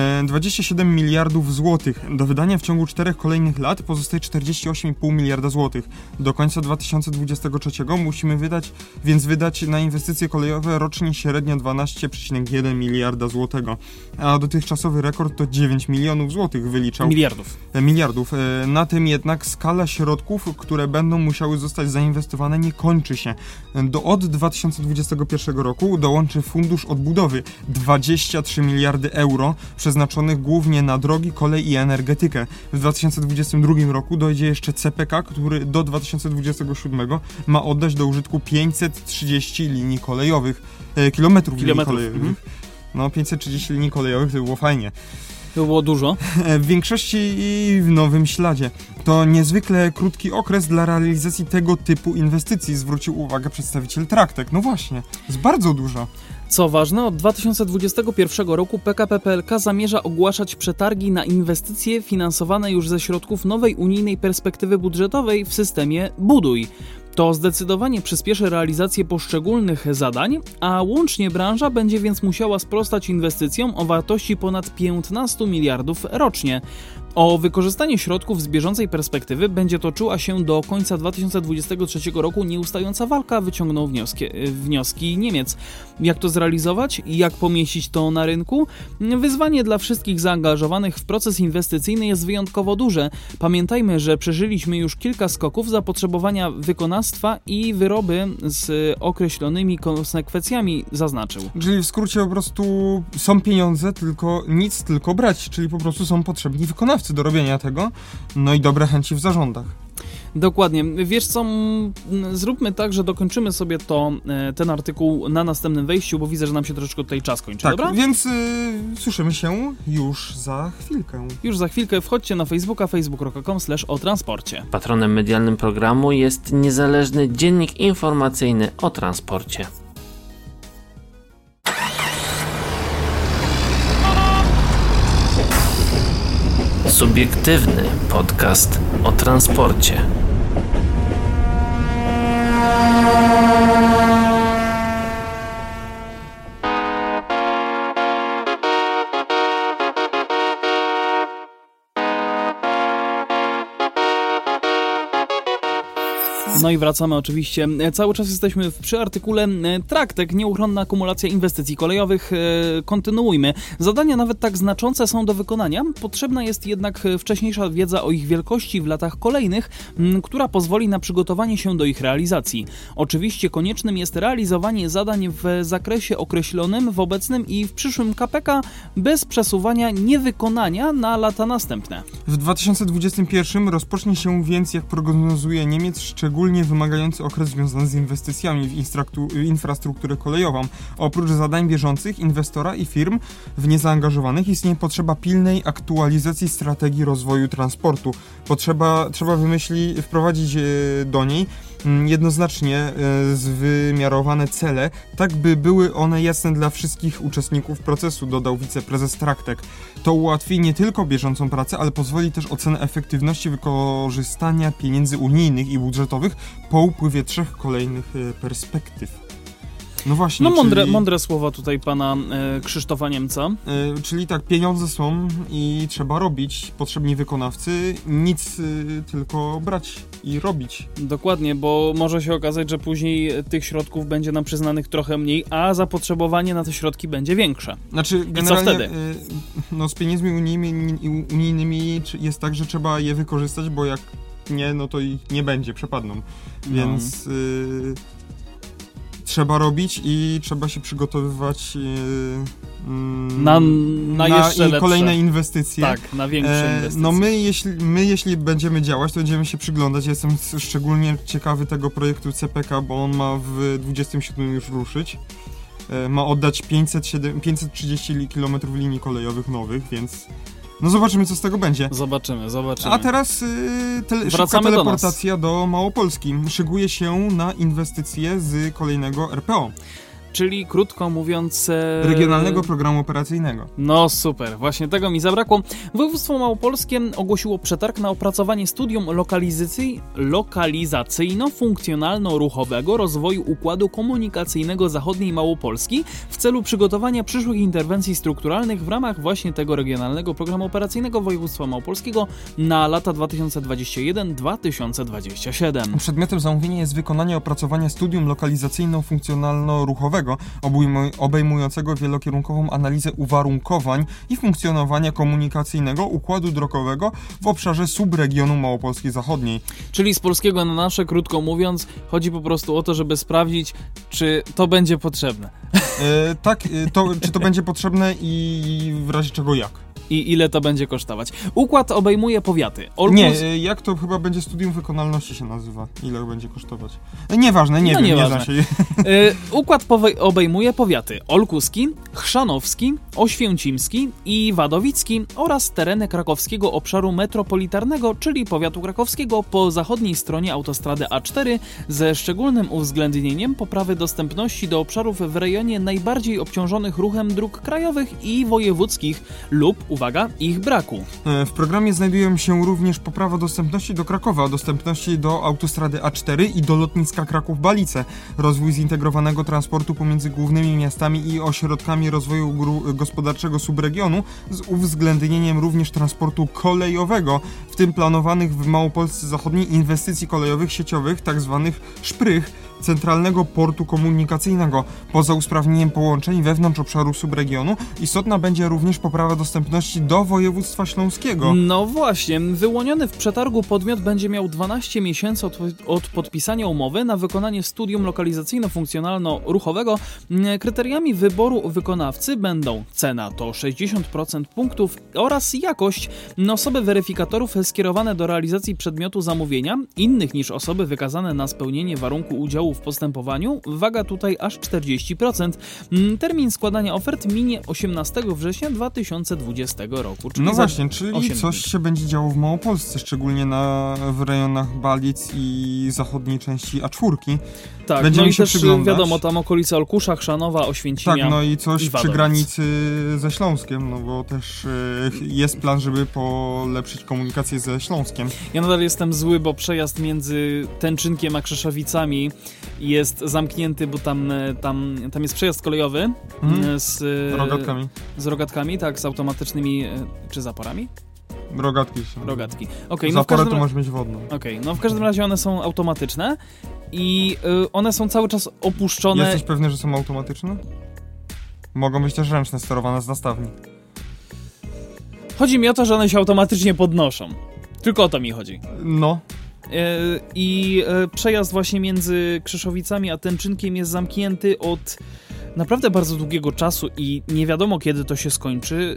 C: 27 miliardów złotych. Do wydania w ciągu 4 kolejnych lat pozostaje 48,5 miliarda złotych. Do końca 2023 musimy wydać na inwestycje kolejowe rocznie średnio 12,1 miliarda złotego. A dotychczasowy rekord to 9 milionów złotych wyliczał. Miliardów. Na tym jednak skala środków, które będą musiały zostać zainwestowane, nie kończy się. Od 2021 roku dołączy Fundusz Odbudowy 23 miliardy euro przeznaczonych głównie na drogi, kolej i energetykę. W 2022 roku dojdzie jeszcze CPK, który do 2027 ma oddać do użytku 530 linii kolejowych. Kilometrów. Linii kolejowych. No 530 linii kolejowych to było fajnie.
B: To było dużo.
C: W większości i w nowym śladzie. To niezwykle krótki okres dla realizacji tego typu inwestycji, zwrócił uwagę przedstawiciel Tractec. No właśnie, jest bardzo dużo.
B: Co ważne, od 2021 roku PKP PLK zamierza ogłaszać przetargi na inwestycje finansowane już ze środków nowej unijnej perspektywy budżetowej w systemie Buduj. To zdecydowanie przyspieszy realizację poszczególnych zadań, a łącznie branża będzie więc musiała sprostać inwestycjom o wartości ponad 15 miliardów rocznie. O wykorzystanie środków z bieżącej perspektywy będzie toczyła się do końca 2023 roku nieustająca walka, wyciągnął wnioski Niemiec. Jak to zrealizować? Jak pomieścić to na rynku? Wyzwanie dla wszystkich zaangażowanych w proces inwestycyjny jest wyjątkowo duże. Pamiętajmy, że przeżyliśmy już kilka skoków zapotrzebowania wykonawstwa i wyroby z określonymi konsekwencjami, zaznaczył.
C: Czyli w skrócie po prostu są pieniądze, tylko brać, czyli po prostu są potrzebni wykonawcy. wykonawcy do robienia tego, no i dobre chęci w zarządach.
B: Dokładnie. Wiesz co, zróbmy tak, że dokończymy sobie ten artykuł na następnym wejściu, bo widzę, że nam się troszeczkę tutaj czas kończy,
C: tak,
B: dobra?
C: Więc słyszymy się już za chwilkę.
B: Już za chwilkę wchodźcie na Facebooka, facebook.com/o-transporcie.
A: Patronem medialnym programu jest niezależny dziennik informacyjny o transporcie. Subiektywny podcast o transporcie.
B: No i wracamy oczywiście. Cały czas jesteśmy przy artykule Traktek, nieuchronna akumulacja inwestycji kolejowych. Kontynuujmy. Zadania nawet tak znaczące są do wykonania. Potrzebna jest jednak wcześniejsza wiedza o ich wielkości w latach kolejnych, która pozwoli na przygotowanie się do ich realizacji. Oczywiście koniecznym jest realizowanie zadań w zakresie określonym w obecnym i w przyszłym KPK bez przesuwania niewykonania na lata następne.
C: W 2021 rozpocznie się więc, jak prognozuje Niemiec, szczególnie wymagający okres związany z inwestycjami w infrastrukturę kolejową. Oprócz zadań bieżących inwestora i firm w nie zaangażowanych istnieje potrzeba pilnej aktualizacji strategii rozwoju transportu. Trzeba wprowadzić do niej jednoznacznie wymiarowane cele, tak by były one jasne dla wszystkich uczestników procesu, dodał wiceprezes Traktek. To ułatwi nie tylko bieżącą pracę, ale pozwoli też ocenę efektywności wykorzystania pieniędzy unijnych i budżetowych po upływie 3 kolejnych perspektyw. No właśnie. Mądre
B: słowa tutaj pana Krzysztofa Niemca.
C: Czyli tak, pieniądze są i trzeba robić, potrzebni wykonawcy, nic tylko brać i robić.
B: Dokładnie, bo może się okazać, że później tych środków będzie nam przyznanych trochę mniej, a zapotrzebowanie na te środki będzie większe.
C: Znaczy, generalnie, co wtedy? Z pieniędzmi unijnymi jest tak, że trzeba je wykorzystać, bo jak nie, no to ich nie będzie, przepadną. Więc trzeba robić i trzeba się przygotowywać
B: na jeszcze lepsze.
C: Kolejne inwestycje.
B: Tak, na większe inwestycje.
C: No jeśli będziemy działać, to będziemy się przyglądać. Ja jestem szczególnie ciekawy tego projektu CPK, bo on ma w 27 już ruszyć. Ma oddać 530 km linii kolejowych nowych, więc no zobaczymy, co z tego będzie.
B: Zobaczymy.
C: A teraz szybka teleportacja do Małopolski. Szykuje się na inwestycje z kolejnego RPO.
B: Czyli krótko mówiąc...
C: Regionalnego Programu Operacyjnego.
B: No super, właśnie tego mi zabrakło. Województwo Małopolskie ogłosiło przetarg na opracowanie studium lokalizacyjno-funkcjonalno-ruchowego rozwoju układu komunikacyjnego zachodniej Małopolski w celu przygotowania przyszłych interwencji strukturalnych w ramach właśnie tego Regionalnego Programu Operacyjnego Województwa Małopolskiego na lata 2021-2027.
C: Przedmiotem zamówienia jest wykonanie opracowania studium lokalizacyjno-funkcjonalno-ruchowego obejmującego wielokierunkową analizę uwarunkowań i funkcjonowania komunikacyjnego układu drogowego w obszarze subregionu Małopolski Zachodniej.
B: Czyli z polskiego na nasze, krótko mówiąc, chodzi po prostu o to, żeby sprawdzić, czy to będzie potrzebne.
C: Czy to będzie potrzebne i w razie czego jak.
B: I ile to będzie kosztować. Układ obejmuje powiaty.
C: Jak to chyba będzie studium wykonalności się nazywa? Ile będzie kosztować? Nieważne, nie wiem. Nie da się.
B: Układ obejmuje powiaty olkuski, chrzanowski, oświęcimski i wadowicki oraz tereny krakowskiego obszaru metropolitarnego, czyli powiatu krakowskiego po zachodniej stronie autostrady A4 ze szczególnym uwzględnieniem poprawy dostępności do obszarów w rejonie najbardziej obciążonych ruchem dróg krajowych i wojewódzkich lub, uwaga, ich braku.
C: W programie znajdują się również poprawa dostępności do Krakowa, dostępności do autostrady A4 i do lotniska Kraków-Balice, rozwój zintegrowanego transportu pomiędzy głównymi miastami i ośrodkami rozwoju gospodarczego subregionu z uwzględnieniem również transportu kolejowego, w tym planowanych w Małopolsce Zachodniej inwestycji kolejowych sieciowych, tzw. szprych, Centralnego Portu Komunikacyjnego. Poza usprawnieniem połączeń wewnątrz obszaru subregionu istotna będzie również poprawa dostępności do województwa śląskiego.
B: No właśnie, wyłoniony w przetargu podmiot będzie miał 12 miesięcy od podpisania umowy na wykonanie studium lokalizacyjno-funkcjonalno-ruchowego. Kryteriami wyboru wykonawcy będą cena to 60% punktów oraz jakość. Osoby weryfikatorów skierowane do realizacji przedmiotu zamówienia, innych niż osoby wykazane na spełnienie warunku udziału w postępowaniu, waga tutaj aż 40%. Termin składania ofert minie 18 września 2020 roku.
C: No właśnie, czyli coś się będzie działo w Małopolsce, szczególnie w rejonach Balic i zachodniej części A4.
B: Tak,
C: Będziemy
B: no i
C: się
B: też
C: przyglądać.
B: wiadomo, tam okolice Olkusza, Chrzanowa, Oświęcimia.
C: Tak, no i coś przy
B: Wadowic.
C: granicy ze Śląskiem, no bo też jest plan, żeby polepszyć komunikację ze Śląskiem.
B: Ja nadal jestem zły, bo przejazd między Tęczynkiem a Krzeszowicami jest zamknięty, bo tam jest przejazd kolejowy z rogatkami, tak, z automatycznymi, czy zaporami?
C: Rogatki.
B: Rogatki. Okay,
C: Zaporę to może mieć wodną.
B: Okej, no w każdym razie one są automatyczne i one są cały czas opuszczone.
C: Jesteś pewny, że są automatyczne? Mogą być też ręczne, sterowane z nastawni.
B: Chodzi mi o to, że one się automatycznie podnoszą. Tylko o to mi chodzi.
C: No.
B: Przejazd właśnie między Krzeszowicami a Tęczynkiem jest zamknięty od naprawdę bardzo długiego czasu i nie wiadomo, kiedy to się skończy.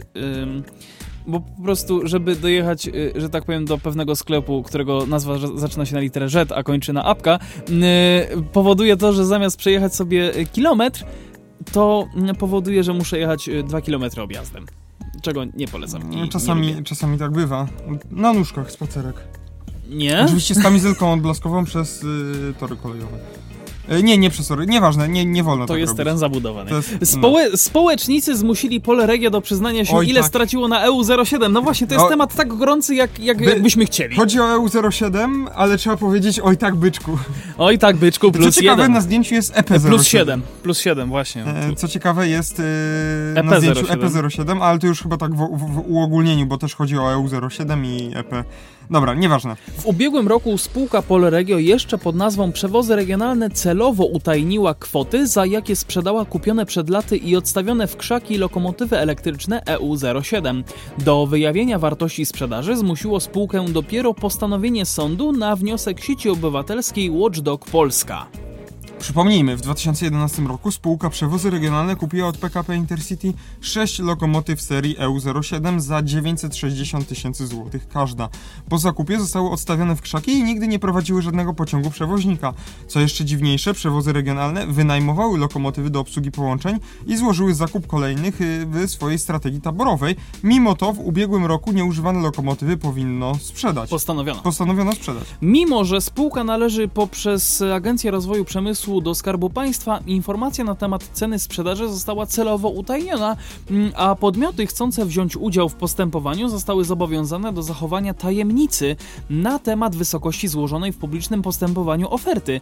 B: Bo po prostu, żeby dojechać, że tak powiem, do pewnego sklepu, którego nazwa zaczyna się na literę Z, a kończy na apka, powoduje to, że zamiast przejechać sobie kilometr, to powoduje, że muszę jechać 2 kilometry objazdem. Czego nie polecam.
C: Czasami tak bywa. Na nóżkach spacerek.
B: Nie?
C: Oczywiście z kamizelką odblaskową przez tory kolejowe. Nie przez tory, nieważne, nie wolno
B: to
C: tak
B: jest
C: robić.
B: teren zabudowany.
C: Jest,
B: Społecznicy zmusili Polregio do przyznania się, ile straciło na EU07. No właśnie, to jest temat tak gorący, jakbyśmy chcieli.
C: Chodzi o EU07, ale trzeba powiedzieć oj tak, byczku.
B: Oj tak, byczku, plus 1.
C: Co ciekawe, na zdjęciu jest EP07.
B: Plus 7, właśnie.
C: Co ciekawe, jest na zdjęciu EP07, ale to już chyba tak w uogólnieniu, bo też chodzi o EU07 i EP. Dobra, nieważne.
B: W ubiegłym roku spółka Polregio jeszcze pod nazwą Przewozy Regionalne celowo utajniła kwoty, za jakie sprzedała kupione przed laty i odstawione w krzaki lokomotywy elektryczne EU07. Do wyjawienia wartości sprzedaży zmusiło spółkę dopiero postanowienie sądu na wniosek sieci obywatelskiej Watchdog Polska.
C: Przypomnijmy, w 2011 roku spółka Przewozy Regionalne kupiła od PKP Intercity 6 lokomotyw serii EU07 za 960 000 złotych każda. Po zakupie zostały odstawione w krzaki i nigdy nie prowadziły żadnego pociągu przewoźnika. Co jeszcze dziwniejsze, Przewozy Regionalne wynajmowały lokomotywy do obsługi połączeń i złożyły zakup kolejnych w swojej strategii taborowej. Mimo to w ubiegłym roku nieużywane lokomotywy powinno sprzedać. Postanowiono sprzedać.
B: Mimo że spółka należy poprzez Agencję Rozwoju Przemysłu do Skarbu Państwa, informacja na temat ceny sprzedaży została celowo utajniona, a podmioty chcące wziąć udział w postępowaniu zostały zobowiązane do zachowania tajemnicy na temat wysokości złożonej w publicznym postępowaniu oferty.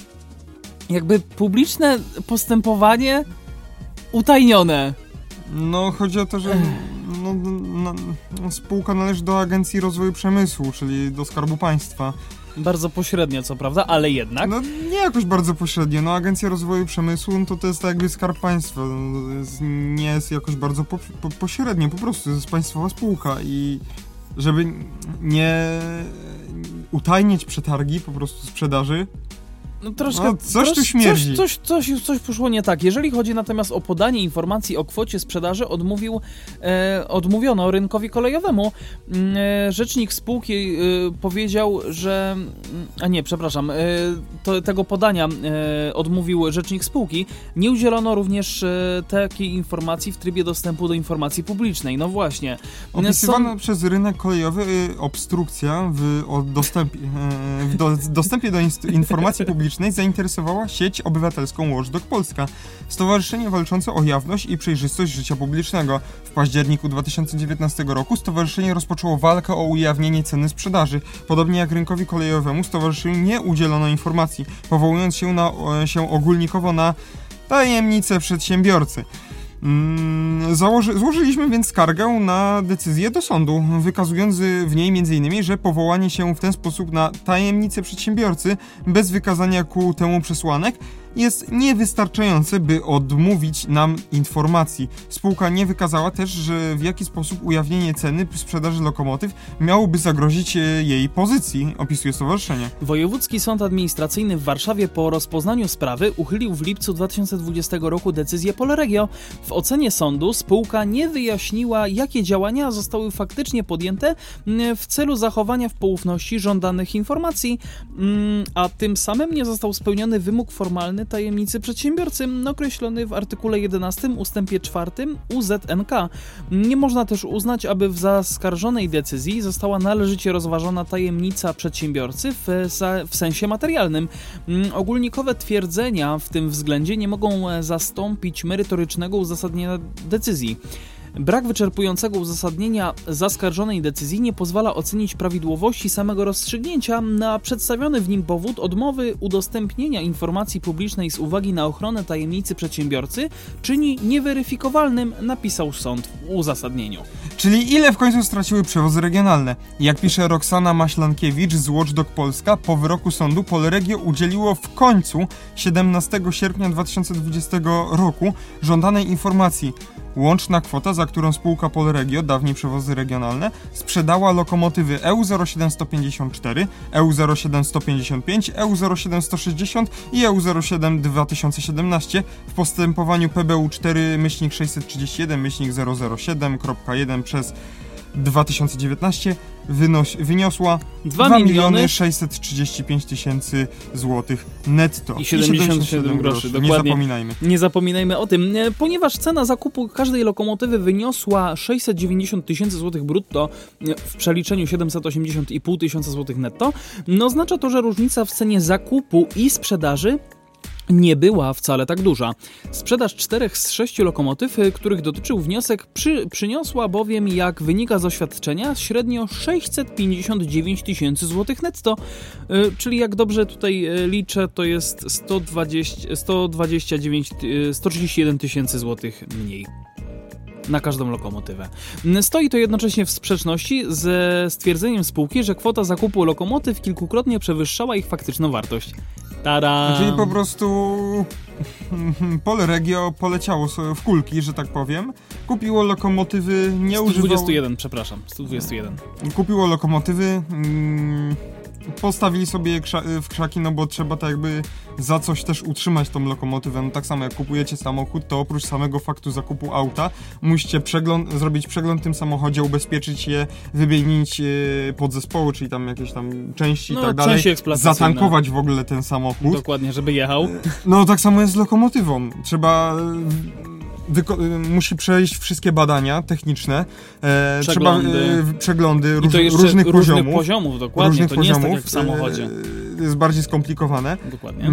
B: Jakby publiczne postępowanie utajnione.
C: No, chodzi o to, że spółka należy do Agencji Rozwoju Przemysłu, czyli do Skarbu Państwa.
B: Bardzo pośrednio, co prawda, ale jednak.
C: No nie jakoś bardzo pośrednio. No Agencja Rozwoju Przemysłu to jest tak jakby Skarb Państwa. Nie jest jakoś bardzo pośrednio, po prostu to jest państwowa spółka i żeby nie utajnić przetargi po prostu sprzedaży.
B: No troszkę,
C: coś tu śmierdzi.
B: Coś poszło nie tak. Jeżeli chodzi natomiast o podanie informacji o kwocie sprzedaży, odmówiono rynkowi kolejowemu. Rzecznik spółki powiedział, że... tego podania odmówił rzecznik spółki. Nie udzielono również takiej informacji w trybie dostępu do informacji publicznej. No właśnie.
C: Opisywana przez rynek kolejowy obstrukcja w dostępie do informacji publicznej zainteresowała sieć obywatelską Watchdog Polska, stowarzyszenie walczące o jawność i przejrzystość życia publicznego. W październiku 2019 roku stowarzyszenie rozpoczęło walkę o ujawnienie ceny sprzedaży. Podobnie jak rynkowi kolejowemu, stowarzyszeniu nie udzielono informacji, powołując się ogólnikowo na tajemnicę przedsiębiorcy. Złożyliśmy więc skargę na decyzję do sądu, wykazując w niej m.in., że powołanie się w ten sposób na tajemnicę przedsiębiorcy bez wykazania ku temu przesłanek jest niewystarczające, by odmówić nam informacji. Spółka nie wykazała też, że w jaki sposób ujawnienie ceny sprzedaży lokomotyw miałoby zagrozić jej pozycji, opisuje stowarzyszenie.
B: Wojewódzki Sąd Administracyjny w Warszawie po rozpoznaniu sprawy uchylił w lipcu 2020 roku decyzję Polregio. W ocenie sądu spółka nie wyjaśniła, jakie działania zostały faktycznie podjęte w celu zachowania w poufności żądanych informacji, a tym samym nie został spełniony wymóg formalny tajemnicy przedsiębiorcy określony w artykule 11 ustępie 4 UZNK. Nie można też uznać, aby w zaskarżonej decyzji została należycie rozważona tajemnica przedsiębiorcy w sensie materialnym. Ogólnikowe twierdzenia w tym względzie nie mogą zastąpić merytorycznego uzasadnienia decyzji. Brak wyczerpującego uzasadnienia zaskarżonej decyzji nie pozwala ocenić prawidłowości samego rozstrzygnięcia, a przedstawiony w nim powód odmowy udostępnienia informacji publicznej z uwagi na ochronę tajemnicy przedsiębiorcy czyni nieweryfikowalnym, napisał sąd w uzasadnieniu.
C: Czyli ile w końcu straciły przewozy regionalne? Jak pisze Roxana Maślankiewicz z Watchdog Polska, po wyroku sądu Polregio udzieliło w końcu 17 sierpnia 2020 roku żądanej informacji. Łączna kwota, za którą spółka Polregio, dawniej przewozy regionalne, sprzedała lokomotywy EU07-154, EU07-155, EU07-160 i EU07 2017 w postępowaniu PBU 4-631-007.1 przez 2019 wyniosła 2 635 tysięcy złotych netto.
B: I 77 groszy, dokładnie.
C: Nie zapominajmy.
B: Nie zapominajmy o tym, ponieważ cena zakupu każdej lokomotywy wyniosła 690 tysięcy złotych brutto w przeliczeniu 780,5 tysiąca złotych netto, oznacza to, że różnica w cenie zakupu i sprzedaży nie była wcale tak duża. Sprzedaż 4 z 6 lokomotyw, których dotyczył wniosek, przyniosła bowiem, jak wynika z oświadczenia, średnio 659 tysięcy złotych netto, czyli jak dobrze tutaj liczę, to jest 131 tysięcy złotych mniej na każdą lokomotywę. Stoi to jednocześnie w sprzeczności ze stwierdzeniem spółki, że kwota zakupu lokomotyw kilkukrotnie przewyższała ich faktyczną wartość. Tada!
C: Czyli po prostu Polregio poleciało sobie w kulki, że tak powiem. Kupiło lokomotywy, nie używało...
B: 121.
C: Kupiło lokomotywy, postawili sobie w krzaki, no bo trzeba tak jakby za coś też utrzymać tą lokomotywę. No tak samo jak kupujecie samochód, to oprócz samego faktu zakupu auta musicie zrobić przegląd w tym samochodzie, ubezpieczyć je, wymienić podzespoły, czyli tam jakieś tam części i tak dalej, zatankować w ogóle ten samochód.
B: Dokładnie, żeby jechał.
C: No tak samo jest z lokomotywą. Trzeba... musi przejść wszystkie badania techniczne, przeglądy różnych poziomów.
B: Dokładnie, to nie jest tak jak w samochodzie.
C: Jest bardziej skomplikowane.
B: Dokładnie.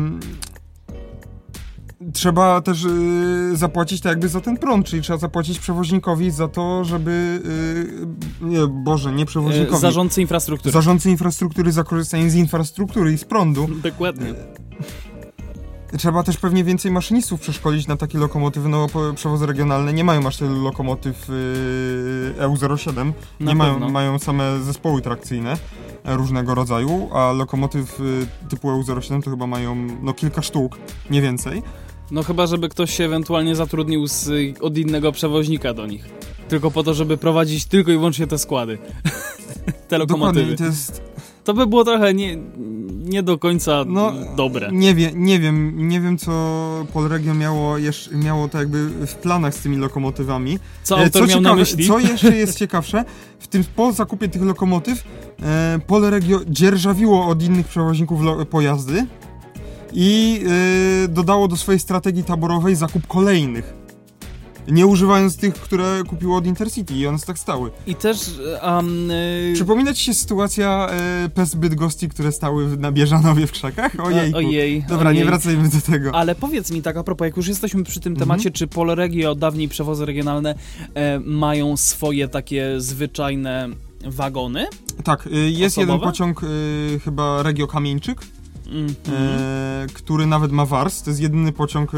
C: Trzeba też zapłacić tak jakby za ten prąd, czyli trzeba zapłacić przewoźnikowi za to, żeby... nie przewoźnikowi.
B: Zarządcy
C: infrastruktury za korzystanie z infrastruktury i z prądu.
B: Dokładnie.
C: Trzeba też pewnie więcej maszynistów przeszkolić na takie lokomotywy, no bo przewozy regionalne nie mają aż tylu lokomotyw EU07, mają same zespoły trakcyjne różnego rodzaju, a lokomotyw typu EU07 to chyba mają kilka sztuk, nie więcej.
B: No chyba, żeby ktoś się ewentualnie zatrudnił od innego przewoźnika do nich. Tylko po to, żeby prowadzić tylko i wyłącznie te składy. Te lokomotywy.
C: Dokładnie,
B: to by było trochę nie do końca dobre.
C: Nie wiem, co Polregio miało tak jakby w planach z tymi lokomotywami.
B: Co autor miał na myśli?
C: Co jeszcze jest ciekawsze, po zakupie tych lokomotyw Polregio dzierżawiło od innych przewoźników pojazdy i dodało do swojej strategii taborowej zakup kolejnych. Nie używając tych, które kupiło od Intercity i one tak stały.
B: I też...
C: Przypomina ci się sytuacja PES Bydgoszczy, które stały na Bieżanowie w krzakach? Ojej. Dobra, nie wracajmy do tego.
B: Ale powiedz mi tak a propos, jak już jesteśmy przy tym temacie, czy Polregio, dawniej przewozy regionalne, mają swoje takie zwyczajne wagony?
C: Tak, jest osobowe? Jeden pociąg, chyba Regio Kamieńczyk. który nawet ma Wars. To jest jedyny pociąg...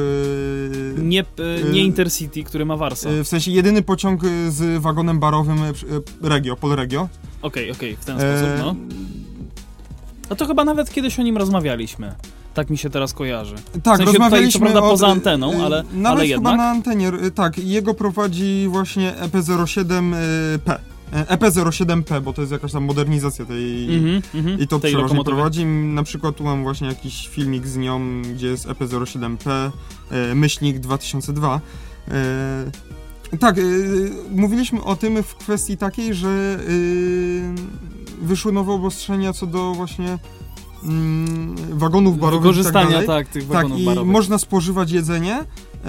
B: Nie Intercity, który ma Warsa.
C: W sensie jedyny pociąg z wagonem barowym Polregio.
B: Okej, w ten sposób, no. No to chyba nawet kiedyś o nim rozmawialiśmy. Tak mi się teraz kojarzy.
C: Tak,
B: w sensie
C: rozmawialiśmy
B: tutaj, co prawda poza anteną, ale
C: nawet
B: jednak.
C: chyba na antenie, tak. Jego prowadzi właśnie EP07P. EP07P, bo to jest jakaś tam modernizacja tej i to
B: tej
C: przeważnie
B: lokomotywy.
C: prowadzi. Na przykład tu mam właśnie jakiś filmik z nią, gdzie jest EP07P, myślnik 2002. Tak, mówiliśmy o tym w kwestii takiej, że wyszły nowe obostrzenia co do właśnie wagonów barowych
B: wykorzystania,
C: i tak dalej.
B: tych wagonów barowych.
C: I można spożywać jedzenie,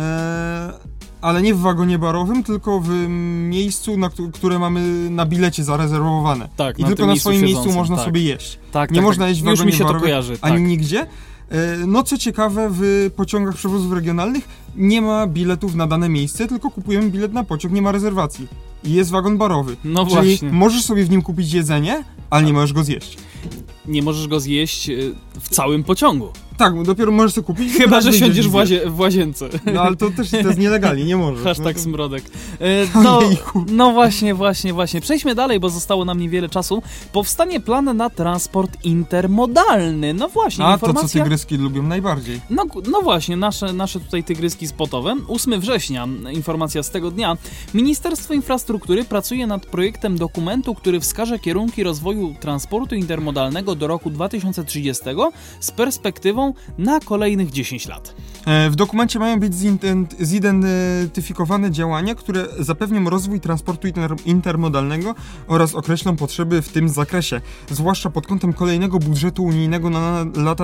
C: ale nie w wagonie barowym, tylko w miejscu, które mamy na bilecie zarezerwowane.
B: Tak,
C: i tylko na swoim miejscu
B: siedzącym,
C: można sobie jeść. Nie można jeść w
B: Już
C: wagonie
B: mi się
C: barowym
B: to kojarzy,
C: ani nigdzie. No co ciekawe, w pociągach przewozów regionalnych nie ma biletów na dane miejsce, tylko kupujemy bilet na pociąg, nie ma rezerwacji. I jest wagon barowy.
B: No
C: Czyli
B: właśnie.
C: możesz sobie w nim kupić jedzenie, ale nie możesz go zjeść.
B: Nie możesz go zjeść w całym pociągu.
C: Tak, dopiero możesz sobie kupić.
B: Chyba, że siądziesz w łazience.
C: No ale to też to jest nielegalnie, nie możesz.
B: Hashtag smrodek.
C: Ojejku.
B: No właśnie. Przejdźmy dalej, bo zostało nam niewiele czasu. Powstanie plan na transport intermodalny. No właśnie,
C: A
B: informacja...
C: to, co tygryski lubią najbardziej.
B: No właśnie, nasze tutaj tygryski spotowe. 8 września, informacja z tego dnia. Ministerstwo Infrastruktury pracuje nad projektem dokumentu, który wskaże kierunki rozwoju transportu intermodalnego do roku 2030 z perspektywą na kolejnych 10 lat.
C: W dokumencie mają być zidentyfikowane działania, które zapewnią rozwój transportu intermodalnego oraz określą potrzeby w tym zakresie, zwłaszcza pod kątem kolejnego budżetu unijnego na lata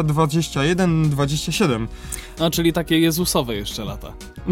C: 21-27.
B: No, czyli takie jezusowe jeszcze lata.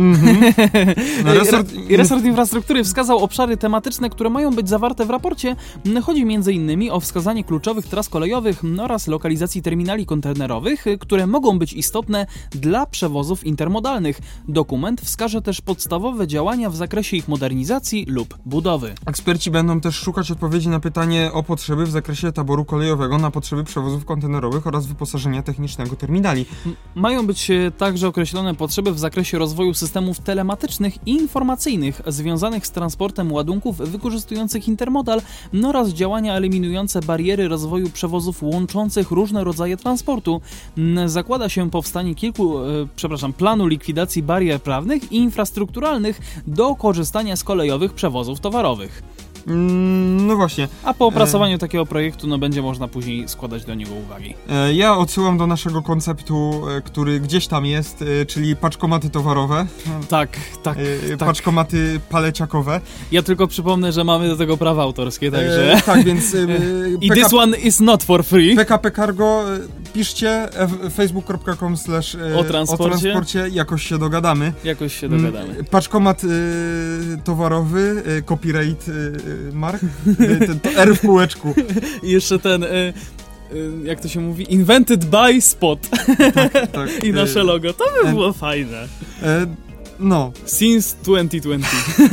B: Resort Infrastruktury wskazał obszary tematyczne, które mają być zawarte w raporcie. Chodzi m.in. o wskazanie kluczowych tras kolejowych oraz lokalizacji terminali kontenerowych, które mogą być istotne dla przewozów intermodalnych. Dokument wskaże też podstawowe działania w zakresie ich modernizacji lub budowy.
C: Eksperci będą też szukać odpowiedzi na pytanie o potrzeby w zakresie taboru kolejowego na potrzeby przewozów kontenerowych oraz wyposażenia technicznego terminali.
B: Mają być także określone potrzeby w zakresie rozwoju systemów telematycznych i informacyjnych związanych z transportem ładunków wykorzystujących intermodal oraz działania eliminujące bariery rozwoju przewozów łączących różne rodzaje transportu. Zakłada się powstanie planu likwidacji barier prawnych i infrastrukturalnych do korzystania z kolejowych przewozów towarowych.
C: No właśnie.
B: A po opracowaniu takiego projektu będzie można później składać do niego uwagi.
C: Ja odsyłam do naszego konceptu, który gdzieś tam jest, czyli paczkomaty towarowe.
B: Tak.
C: Paczkomaty paleciakowe.
B: Ja tylko przypomnę, że mamy do tego prawa autorskie, także...
C: Tak, więc...
B: I this one is not for free.
C: PKP Cargo, piszcie facebook.com/o transporcie, jakoś się dogadamy. Paczkomat towarowy, copyright mark, R w kółeczku.
B: I jeszcze ten... jak to się mówi? Invented by Spot. Tak. I nasze logo. To by było fajne.
C: No.
B: Since 2020.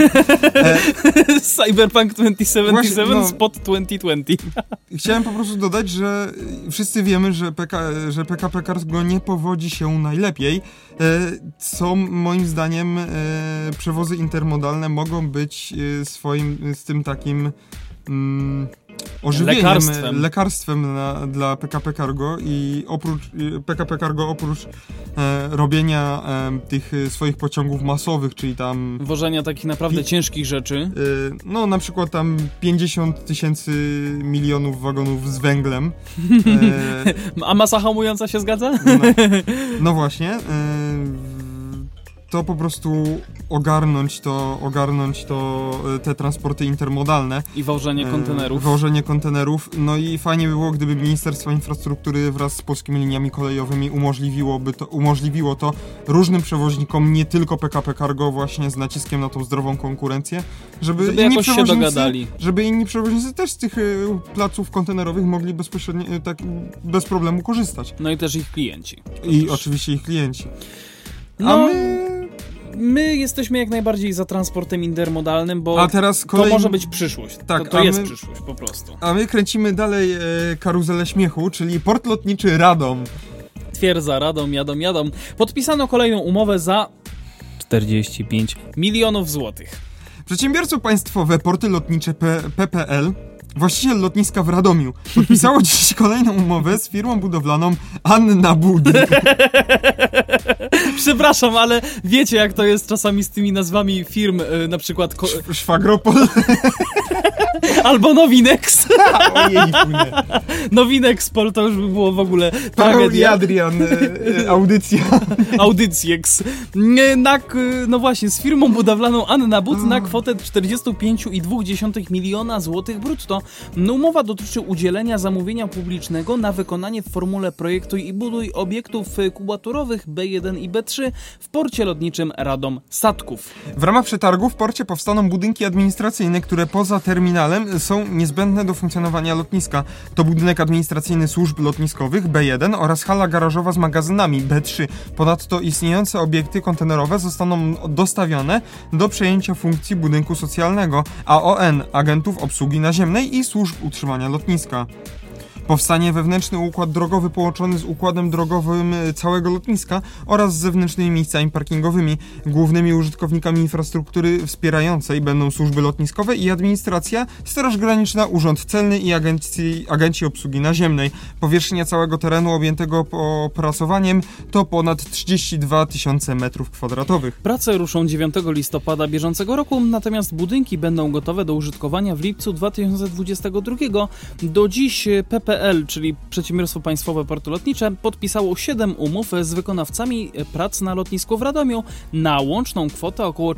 B: Cyberpunk 2077, właśnie, Spot 2020.
C: Chciałem po prostu dodać, że wszyscy wiemy, że PKP Cargo nie powodzi się najlepiej, co moim zdaniem przewozy intermodalne mogą być z tym takim ożywieniem, lekarstwem dla PKP Cargo i PKP Cargo oprócz robienia tych swoich pociągów masowych, czyli tam...
B: wożenia takich naprawdę ciężkich rzeczy.
C: No na przykład tam 50 000 milionów wagonów z węglem.
B: A masa hamująca się zgadza?
C: No właśnie. To po prostu ogarnąć te transporty intermodalne.
B: I
C: wożenie kontenerów. No i fajnie by było, gdyby Ministerstwo Infrastruktury wraz z polskimi liniami kolejowymi umożliwiło to różnym przewoźnikom, nie tylko PKP Cargo, właśnie z naciskiem na tą zdrową konkurencję, żeby
B: jakoś się dogadali.
C: Żeby inni przewoźnicy też z tych placów kontenerowych mogli bezpośrednio, bez problemu korzystać.
B: No i też ich klienci.
C: Oczywiście ich klienci.
B: A my jesteśmy jak najbardziej za transportem intermodalnym, bo to może być przyszłość. Tak, to jest przyszłość po prostu.
C: A my kręcimy dalej karuzelę śmiechu, czyli port lotniczy Radom.
B: Twierdza, Radom, jadą. Podpisano kolejną umowę za 45 milionów złotych.
C: Przedsiębiorstwo państwowe Porty Lotnicze PPL, właściciel lotniska w Radomiu, podpisało dziś kolejną umowę z firmą budowlaną Anna Bud.
B: Przepraszam, ale wiecie jak to jest czasami z tymi nazwami firm, na przykład...
C: Szwagropol.
B: Albo Nowinex.
C: Ojej, nie.
B: Nowinexpol to już by było w ogóle
C: Paweł i
B: tragedia.
C: Adrian, audycja.
B: Audycjex. No właśnie, z firmą budowlaną Anna Bud na kwotę 45,2 miliona złotych brutto. Umowa dotyczy udzielenia zamówienia publicznego na wykonanie w formule projektuj i buduj obiektów kubaturowych B1 i B3 w porcie lotniczym Radom-Statków.
C: W ramach przetargu w porcie powstaną budynki administracyjne, które poza terminalem są niezbędne do funkcjonowania lotniska. To budynek administracyjny służb lotniskowych B1 oraz hala garażowa z magazynami B3. Ponadto istniejące obiekty kontenerowe zostaną dostawione do przejęcia funkcji budynku socjalnego AON, agentów obsługi naziemnej i służb utrzymania lotniska. Powstanie wewnętrzny układ drogowy połączony z układem drogowym całego lotniska oraz z zewnętrznymi miejscami parkingowymi. Głównymi użytkownikami infrastruktury wspierającej będą służby lotniskowe i administracja, Straż Graniczna, Urząd Celny i agenci obsługi naziemnej. Powierzchnia całego terenu objętego opracowaniem to ponad 32 000 m2.
B: Prace ruszą 9 listopada bieżącego roku, natomiast budynki będą gotowe do użytkowania w lipcu 2022. Do dziś PPL, czyli Przedsiębiorstwo Państwowe Porty Lotnicze, podpisało 7 umów z wykonawcami prac na lotnisku w Radomiu na łączną kwotę około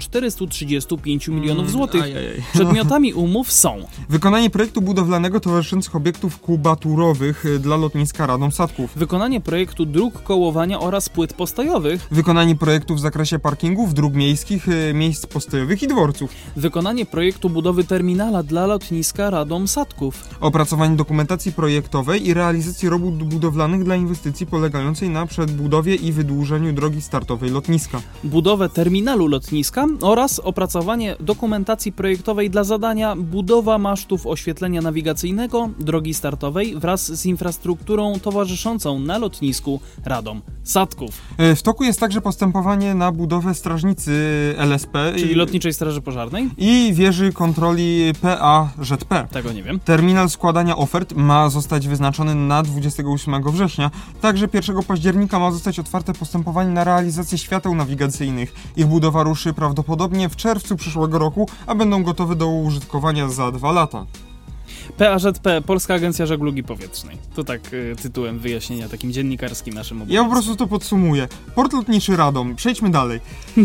B: 435 milionów złotych. Przedmiotami umów są
C: wykonanie projektu budowlanego towarzyszących obiektów kubaturowych dla lotniska Radom-Statków,
B: wykonanie projektu dróg kołowania oraz płyt postojowych,
C: wykonanie projektu w zakresie parkingów, dróg miejskich, miejsc postojowych i dworców,
B: wykonanie projektu budowy terminala dla lotniska Radom-Statków,
C: opracowanie dokumentacji projektowej i realizacji robót budowlanych dla inwestycji polegającej na przedbudowie i wydłużeniu drogi startowej lotniska,
B: budowę terminalu lotniska oraz opracowanie dokumentacji projektowej dla zadania budowa masztów oświetlenia nawigacyjnego drogi startowej wraz z infrastrukturą towarzyszącą na lotnisku Radom-Statków.
C: W toku jest także postępowanie na budowę strażnicy LSP,
B: Czyli Lotniczej Straży Pożarnej?
C: I wieży kontroli PAŻP.
B: Tego nie wiem.
C: Terminal składania ofert ma zostać wyznaczony na 28 września. Także 1 października ma zostać otwarte postępowanie na realizację świateł nawigacyjnych. Ich budowa ruszy prawdopodobnie w czerwcu przyszłego roku, a będą gotowe do użytkowania za 2 lata.
B: PAŻP, Polska Agencja Żeglugi Powietrznej. To tak tytułem wyjaśnienia takim dziennikarskim naszym obowiązkiem.
C: Ja po prostu to podsumuję. Port lotniczy Radom. Przejdźmy dalej.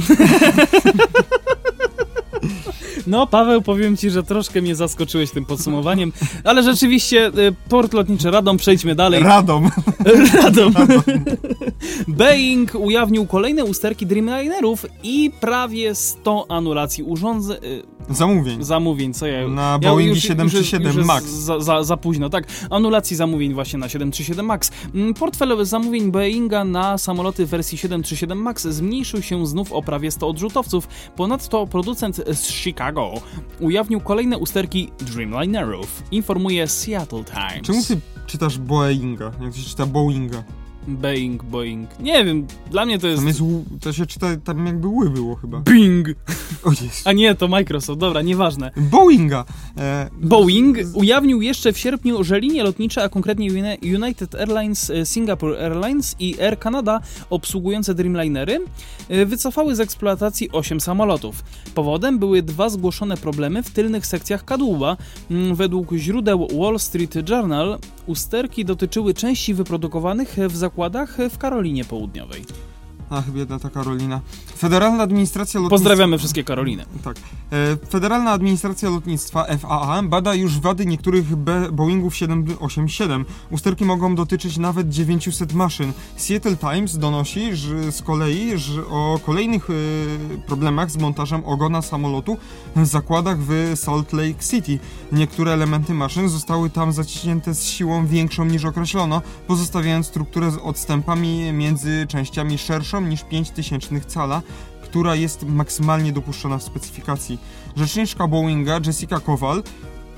B: No, Paweł, powiem ci, że troszkę mnie zaskoczyłeś tym podsumowaniem, ale rzeczywiście Port Lotniczy Radom, przejdźmy dalej.
C: Radom.
B: Boeing ujawnił kolejne usterki Dreamlinerów i prawie 100 anulacji zamówień, co ja...
C: Na Boeingi 737 MAX.
B: Za późno, tak. Anulacji zamówień właśnie na 737 MAX. Portfel zamówień Boeinga na samoloty w wersji 737 MAX zmniejszył się znów o prawie 100 odrzutowców. Ponadto producent z Chicago ujawnił kolejne usterki Dreamlinerów, informuje Seattle Times.
C: Czemu ty czytasz Boeinga, jak się czyta Boeinga?
B: Boeing. Nie wiem, dla mnie to jest...
C: To się czyta, tam jakby ły było chyba.
B: Bing!
C: O Jezu.
B: A nie, to Microsoft, dobra, nieważne.
C: Boeinga!
B: Boeing ujawnił jeszcze w sierpniu, że linie lotnicze, a konkretnie United Airlines, Singapore Airlines i Air Canada obsługujące Dreamlinery wycofały z eksploatacji 8 samolotów. Powodem były 2 zgłoszone problemy w tylnych sekcjach kadłuba. Według źródeł Wall Street Journal usterki dotyczyły części wyprodukowanych w zakładach w Karolinie Południowej.
C: Ach, biedna ta Karolina. Federalna Administracja Lotnictwa...
B: Pozdrawiamy wszystkie Karoliny.
C: Tak. Federalna Administracja Lotnictwa, FAA, bada już wady niektórych Boeingów 787. Usterki mogą dotyczyć nawet 900 maszyn. Seattle Times donosi z kolei o kolejnych problemach z montażem ogona samolotu w zakładach w Salt Lake City. Niektóre elementy maszyn zostały tam zaciśnięte z siłą większą niż określono, pozostawiając strukturę z odstępami między częściami szerszą niż 0,05 cala, która jest maksymalnie dopuszczona w specyfikacji. Rzeczniczka Boeinga Jessica Kowal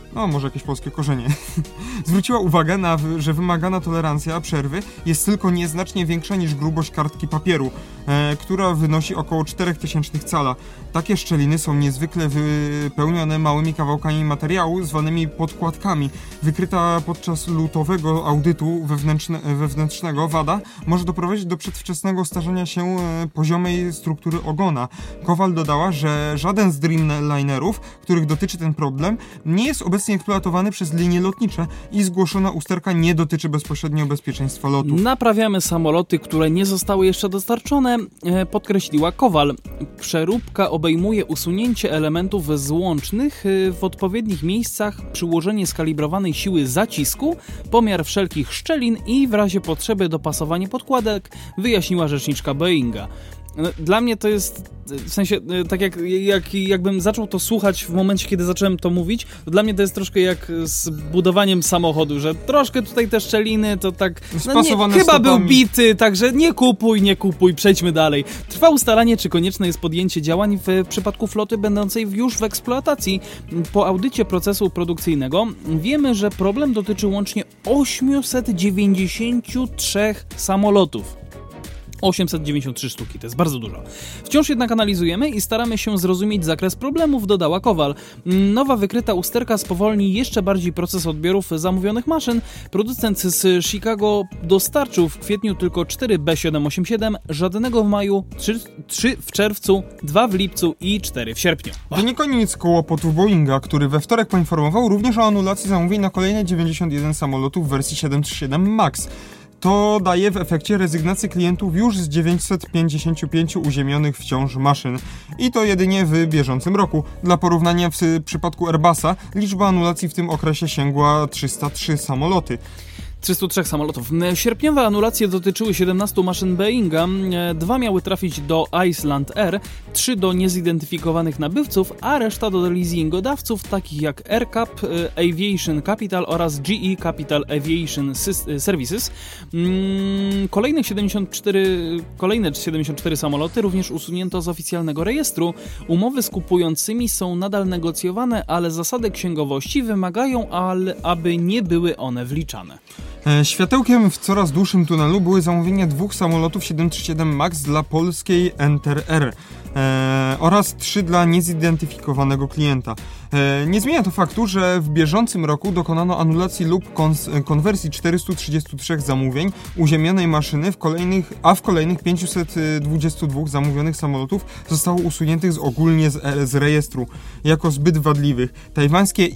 C: może jakieś polskie korzenie, zwróciła uwagę że wymagana tolerancja przerwy jest tylko nieznacznie większa niż grubość kartki papieru, która wynosi około 4000 cala. Takie szczeliny są niezwykle wypełnione małymi kawałkami materiału zwanymi podkładkami. Wykryta podczas lutowego audytu wewnętrznego wada może doprowadzić do przedwczesnego starzenia się poziomej struktury ogona. Kowal dodała, że żaden z Dreamlinerów, których dotyczy ten problem, nie jest obecnie eksploatowany przez linie lotnicze i zgłoszona usterka nie dotyczy bezpośrednio bezpieczeństwa lotu.
B: Naprawiamy samoloty, które nie zostały jeszcze dostarczone, podkreśliła Kowal. Przeróbka obejmuje usunięcie elementów złącznych w odpowiednich miejscach, przyłożenie skalibrowanej siły zacisku, pomiar wszelkich szczelin i w razie potrzeby dopasowanie podkładek, wyjaśniła rzeczniczka Boeinga. Dla mnie to jest, w sensie, tak jakbym zaczął to słuchać w momencie, kiedy zacząłem to mówić, to dla mnie to jest troszkę jak z budowaniem samochodu, że troszkę tutaj te szczeliny to tak, chyba był bity, także nie kupuj, przejdźmy dalej. Trwa ustalanie, czy konieczne jest podjęcie działań w przypadku floty będącej już w eksploatacji. Po audycie procesu produkcyjnego wiemy, że problem dotyczy łącznie 893 samolotów. 893 sztuki, to jest bardzo dużo. Wciąż jednak analizujemy i staramy się zrozumieć zakres problemów, dodała Kowal. Nowa wykryta usterka spowolni jeszcze bardziej proces odbiorów zamówionych maszyn. Producent z Chicago dostarczył w kwietniu tylko 4 B787, żadnego w maju, 3 w czerwcu, 2 w lipcu i 4 w sierpniu.
C: To nie koniec kłopotów Boeinga, który we wtorek poinformował również o anulacji zamówień na kolejne 91 samolotów w wersji 737 MAX. To daje w efekcie rezygnację klientów już z 955 uziemionych wciąż maszyn. I to jedynie w bieżącym roku. Dla porównania w przypadku Airbusa liczba anulacji w tym okresie sięgła 303 samoloty.
B: 303 samolotów. Sierpniowe anulacje dotyczyły 17 maszyn Boeinga, 2 miały trafić do Iceland Air, 3 do niezidentyfikowanych nabywców, a reszta do leasingodawców takich jak AirCap, Aviation Capital oraz GE Capital Aviation Services. Kolejne 74 samoloty również usunięto z oficjalnego rejestru. Umowy z kupującymi są nadal negocjowane, ale zasady księgowości wymagają, aby nie były one wliczane.
C: Światełkiem w coraz dłuższym tunelu były zamówienia 2 samolotów 737 MAX dla polskiej Enter Air oraz 3 dla niezidentyfikowanego klienta. Nie zmienia to faktu, że w bieżącym roku dokonano anulacji lub konwersji 433 zamówień uziemionej maszyny, w kolejnych 522 zamówionych samolotów zostało usuniętych ogólnie z rejestru jako zbyt wadliwych. Tajwańskie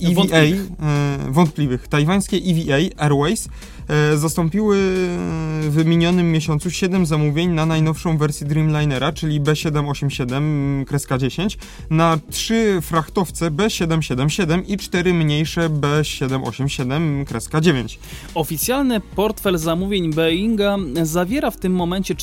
C: EVA Airways zastąpiły w minionym miesiącu 7 zamówień na najnowszą wersję Dreamlinera, czyli B787-10, na 3 frachtowce B777 i 4 mniejsze B787-9.
B: Oficjalny portfel zamówień Boeinga zawiera w tym momencie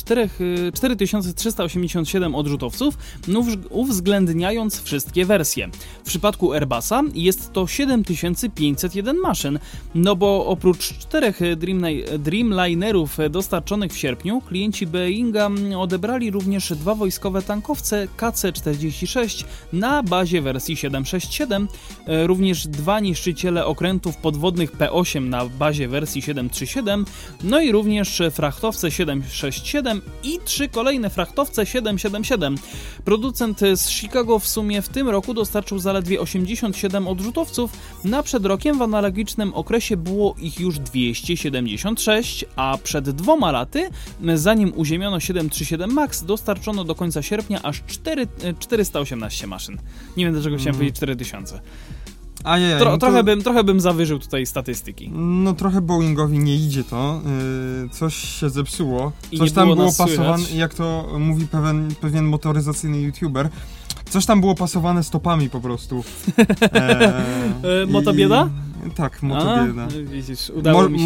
B: 4387 odrzutowców, uwzględniając wszystkie wersje. W przypadku Airbusa jest to 7501 maszyn, no bo oprócz 4 Dreamlinerów dostarczonych w sierpniu, klienci Boeinga odebrali również 2 wojskowe tankowce KC-46 na bazie wersji 767, również 2 niszczyciele okrętów podwodnych P-8 na bazie wersji 737, no i również frachtowce 767 i 3 kolejne frachtowce 777. Producent z Chicago w sumie w tym roku dostarczył zaledwie 87 odrzutowców, na przed rokiem w analogicznym okresie było ich już 276, a przed 2 laty, zanim uziemiono 737 MAX, dostarczono do końca sierpnia aż 418 maszyn. Nie wiem, dlaczego chciałem powiedzieć 4000. Trochę bym zawyżył tutaj statystyki.
C: No trochę Boeingowi nie idzie to. Coś się zepsuło. Coś tam było pasowane, jak to mówi pewien motoryzacyjny youtuber. Coś tam było pasowane stopami po prostu.
B: Motobieda?
C: Tak, motobieda.
B: Widzisz, udało mi się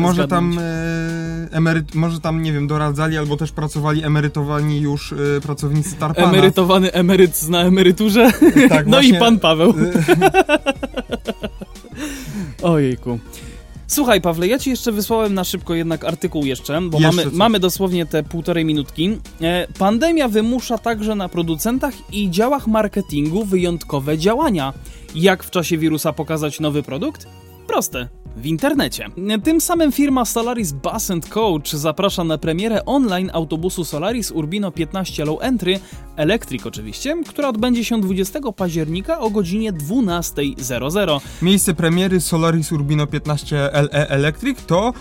C: może tam, nie wiem, doradzali albo też pracowali emerytowani już pracownicy Tarpana.
B: Emerytowany emeryt na emeryturze.
C: Tak,
B: no właśnie. I pan Paweł. Ojejku. Słuchaj, Pawle, ja ci jeszcze wysłałem na szybko jednak artykuł bo mamy dosłownie te 1,5 minutki. Pandemia wymusza także na producentach i działach marketingu wyjątkowe działania. Jak w czasie wirusa pokazać nowy produkt? Proste. W internecie. Tym samym firma Solaris Bus & Coach zaprasza na premierę online autobusu Solaris Urbino 15 Low Entry, Electric oczywiście, która odbędzie się 20 października o godzinie 12:00.
C: Miejsce premiery Solaris Urbino 15 LE Electric to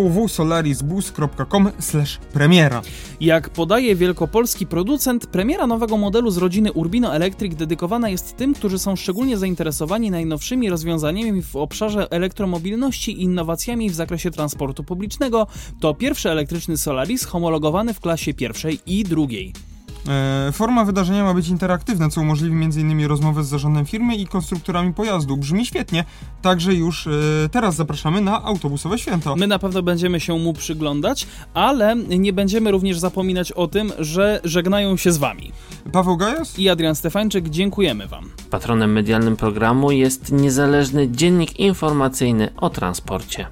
C: www.solarisbus.com/premiera.
B: Jak podaje wielkopolski producent, premiera nowego modelu z rodziny Urbino Electric dedykowana jest tym, którzy są szczególnie zainteresowani najnowszymi rozwiązaniami w obszarze elektromobilności i innowacjami w zakresie transportu publicznego. To pierwszy elektryczny Solaris homologowany w klasie pierwszej i drugiej.
C: Forma wydarzenia ma być interaktywna, co umożliwi m.in. rozmowę z zarządem firmy i konstruktorami pojazdu. Brzmi świetnie, także już teraz zapraszamy na autobusowe święto.
B: My na pewno będziemy się mu przyglądać, ale nie będziemy również zapominać o tym, że żegnają się z wami
C: Paweł Gajas
B: i Adrian Stefańczyk. Dziękujemy wam.
A: Patronem medialnym programu jest niezależny dziennik informacyjny o transporcie.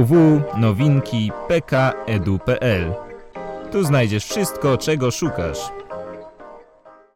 D: www.nowinki.pk.edu.pl. Tu znajdziesz wszystko, czego szukasz.